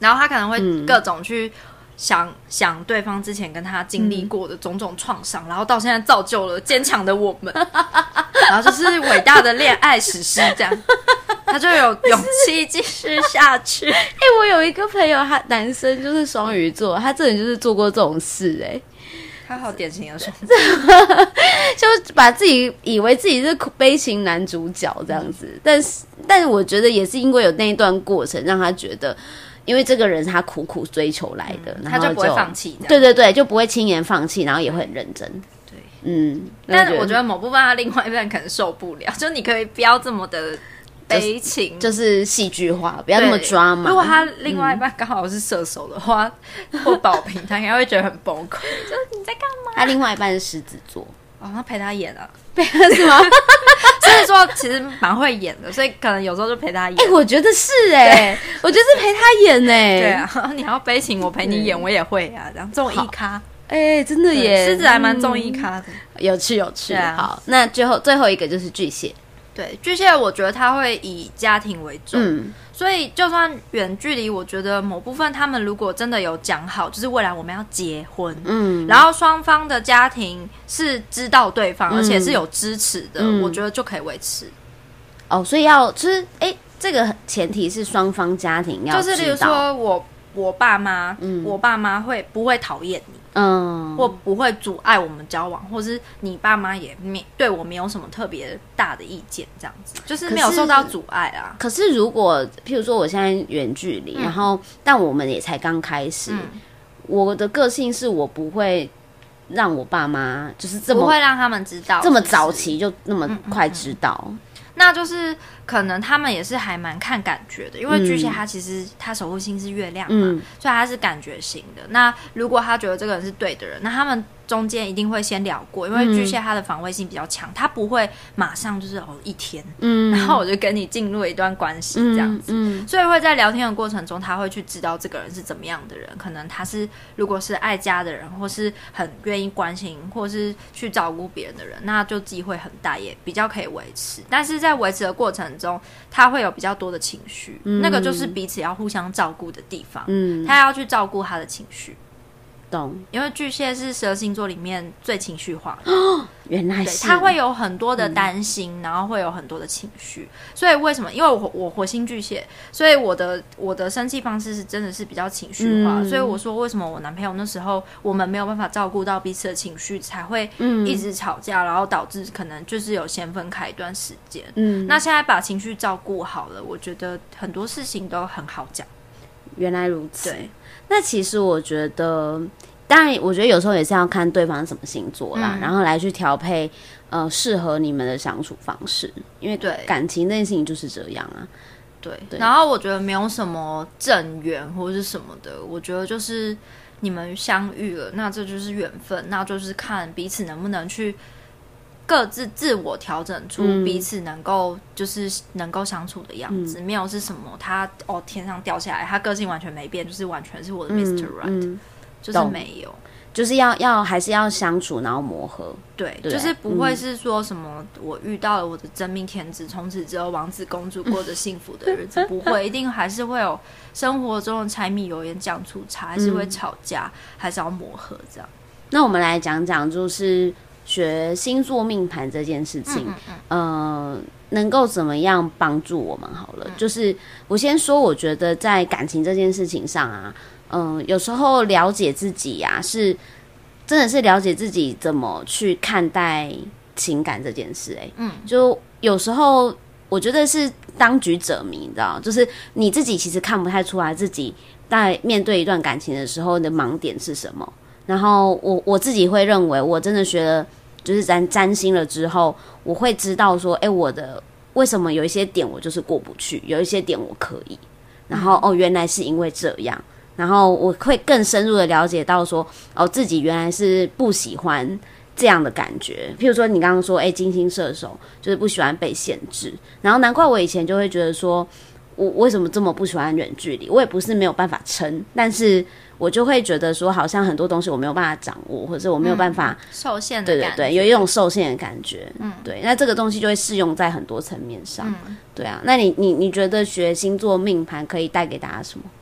然后他可能会各种去想、嗯、想对方之前跟他经历过的种种创伤、嗯、然后到现在造就了坚强的我们然后就是伟大的恋爱史诗这样他就有勇气继续下去。哎、 欸，我有一个朋友，他男生就是双鱼座，他真的就是做过这种事、欸，哎， 他好典型的双子， 就把自己以为自己是悲情男主角这样子。嗯、但是，但是我觉得也是因为有那一段过程，让他觉得，因为这个人是他苦苦追求来的，嗯、然后他就不会放弃。 对对对，就不会轻言放弃，然后也会很认真。 对， 嗯。 但是我觉得某部分他另外一半可能受不了，就你可以不要这么的。悲情就是戏剧化，不要那么抓嘛。 如果他另外一半刚好是射手的话，嗯、或宝瓶，他应该会觉得很崩溃。就是你在干嘛？ 他另外一半是狮子座， 哦，那陪他演啊， 陪他是吗？ 狮子座其实蛮会演的，所以可能有时候就陪他演。 哎、欸，我觉得是哎、欸，我觉得是陪他演哎、欸。 对啊，你要悲情，我陪你演，我也会啊，这样综艺咖。 哎、欸，真的耶， 狮子还蛮综艺咖的， 嗯、有趣有趣。啊、好，那最后最后一个就是巨蟹。 对，巨蟹我觉得他会以家庭为重、嗯、所以就算远距离，我觉得某部分他们如果真的有讲好，就是未来我们要结婚，嗯，然后双方的家庭是知道对方、嗯、而且是有支持的、嗯、我觉得就可以维持。 哦，所以要就是哎，这个前提是双方家庭要知道， 就是例如说我我爸妈、嗯、我爸妈会不会讨厌你，嗯，或不会阻碍我们交往，或是你爸妈也没对我没有什么特别大的意见，这样子就是没有受到阻碍啊。 可是如果譬如说我现在远距离、嗯、然后但我们也才刚开始、嗯、我的个性是我不会让我爸妈就是这么不会让他们知道这么早期就那么快知道， 嗯嗯嗯那就是可能他们也是还蛮看感觉的，因为巨蟹他其实他守护星是月亮嘛、嗯、所以他是感觉型的。那如果他觉得这个人是对的人，那他们中间一定会先聊过，因为巨蟹他的防卫性比较强，他不会马上就是哦一天、嗯、然后我就跟你进入一段关系这样子、嗯嗯、所以会在聊天的过程中他会去知道这个人是怎么样的人，可能他是如果是爱家的人，或是很愿意关心或是去照顾别人的人，那就机会很大，也比较可以维持。但是在维持的过程中他会有比较多的情绪、嗯、那个就是彼此要互相照顾的地方、嗯、他要去照顾他的情绪， 懂？因为巨蟹是十二星座里面最情绪化的、 哦、原来是他会有很多的担心、嗯、然后会有很多的情绪。所以为什么？因为我我火星巨蟹，所以我的我的生气方式是真的是比较情绪化、嗯、所以我说为什么我男朋友那时候我们没有办法照顾到彼此的情绪，才会一直吵架、嗯、然后导致可能就是有先分开一段时间。嗯，那现在把情绪照顾好了，我觉得很多事情都很好讲。 原来如此。 对， 那其实我觉得当然我觉得有时候也是要看对方是什么星座啦、嗯、然后来去调配呃适合你们的相处方式，因为对感情这件事情就是这样啊。 对, 对，然后我觉得没有什么正缘或是什么的，我觉得就是你们相遇了，那这就是缘分，那就是看彼此能不能去各自自我调整出彼此能够就是能够相处的样子、嗯、没有是什么他哦天上掉下来，他个性完全没变，就是完全是我的 mister Right、嗯、就是没有， 就是要要还是要相处然后磨合。 对, 对，就是不会是说什么我遇到了我的真命天子，从此之后王子公主过着幸福的日子不会，一定还是会有生活中的柴米油盐酱醋茶，还是会吵架、嗯、还是要磨合这样。 那我们来讲讲就是学星座命盘这件事情，嗯嗯嗯呃，能够怎么样帮助我们好了、嗯、就是我先说我觉得在感情这件事情上啊，嗯、呃，有时候了解自己啊是真的是了解自己怎么去看待情感这件事、欸、嗯，就有时候我觉得是当局者迷，你知道，就是你自己其实看不太出来自己在面对一段感情的时候的盲点是什么。然后我我自己会认为，我真的学了就是占占星了之后，我会知道说，哎，我的为什么有一些点我就是过不去，有一些点我可以，然后、嗯、哦，原来是因为这样，然后我会更深入的了解到说，哦，自己原来是不喜欢这样的感觉。譬如说你刚刚说，哎，金星射手就是不喜欢被限制，然后难怪我以前就会觉得说，我为什么这么不喜欢远距离？我也不是没有办法撑，但是我就会觉得说，好像很多东西我没有办法掌握，或者我没有办法、 嗯、受限的感觉， 对对对，有一种受限的感觉。嗯，对，那这个东西就会适用在很多层面上。嗯，对啊，那你你你觉得学星座命盘可以带给大家什么？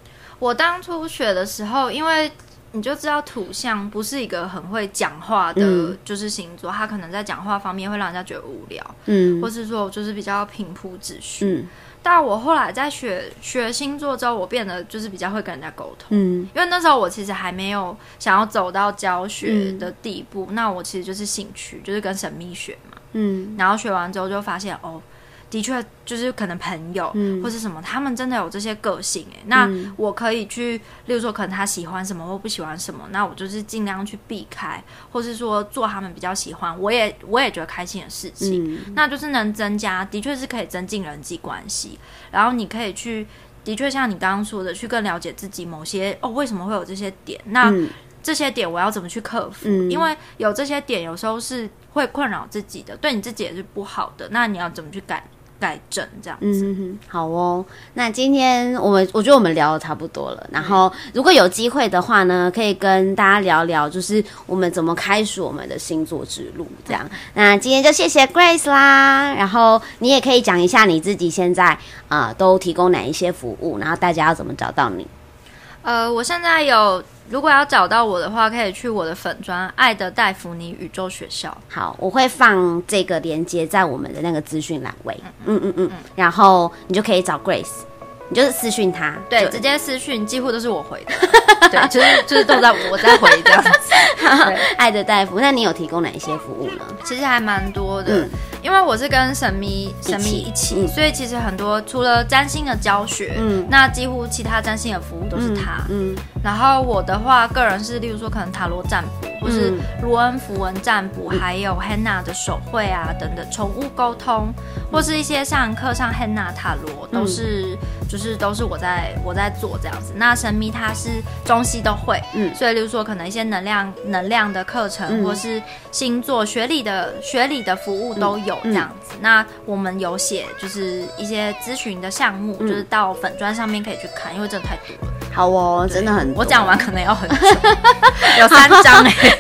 我当初学的时候，因为你就知道土象不是一个很会讲话的， 嗯、 就是星座，他可能在讲话方面会让人家觉得无聊， 嗯， 或是说就是比较平铺直叙。 嗯， 但我后来在学学星座之后，我变得就是比较会跟人家沟通， 嗯， 因为那时候我其实还没有想要走到教学的地步，嗯、那我其实就是兴趣，就是跟神秘学嘛， 嗯， 然后学完之后就发现哦。的确，就是可能朋友、嗯、或是什么，他们真的有这些个性哎。那我可以去，例如说，可能他喜欢什么或不喜欢什么，那我就是尽量去避开，或是说做他们比较喜欢，我也我也觉得开心的事情。嗯、那就是能增加，的确是可以增进人际关系。然后你可以去，的确像你刚刚说的，去更了解自己某些哦，为什么会有这些点？那、嗯、这些点我要怎么去克服？嗯、因为有这些点，有时候是会困扰自己的，对你自己也是不好的。那你要怎么去改？改正这样子。 嗯哼，好哦。那今天我们我觉得我们聊的差不多了，然后如果有机会的话呢，可以跟大家聊聊，就是我们怎么开始我们的星座之路这样。嗯、那今天就谢谢 Grace 啦，然后你也可以讲一下你自己现在啊、呃、都提供哪一些服务，然后大家要怎么找到你。 呃，我现在有，如果要找到我的话，可以去我的粉专爱的戴芙妮宇宙学校。 好，我会放这个连结在我们的那个资讯栏位。嗯嗯嗯，然后你就可以找 Grace， 你就是私讯他， 对，直接私讯，几乎都是我回的。对，就是就是都在我在回这样子。 爱的戴芙，那你有提供哪一些服务呢？ 其实还蛮多的。嗯，因为我是跟神秘神秘一起，嗯、所以其实很多除了占星的教学，嗯，那几乎其他占星的服务都是他，嗯，嗯然后我的话，个人是例如说可能塔罗占卜，或是卢恩符文占卜，嗯、还有 Henna 的手绘啊等等，宠物沟通，或是一些上课上 Henna 塔罗，都是、嗯、就是都是我在我在做这样子。那神秘它是中西都会，嗯，所以例如说可能一些能量能量的课程，嗯、或是星座学理的学理的服务都有。这样子，嗯、那我们有写就是一些咨询的项目，嗯、就是到粉专上面可以去看，因为真的太多了。 好哦，真的很多， 我讲完可能要很久，有三张哎、欸。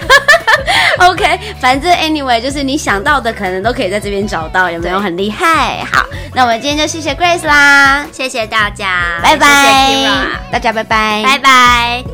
OK， 反正 anyway 就是你想到的可能都可以在这边找到，有没有很厉害？好，那我们今天就谢谢 Grace 啦， 谢谢大家， 拜拜， 谢谢 Kira， 大家拜拜， 拜拜。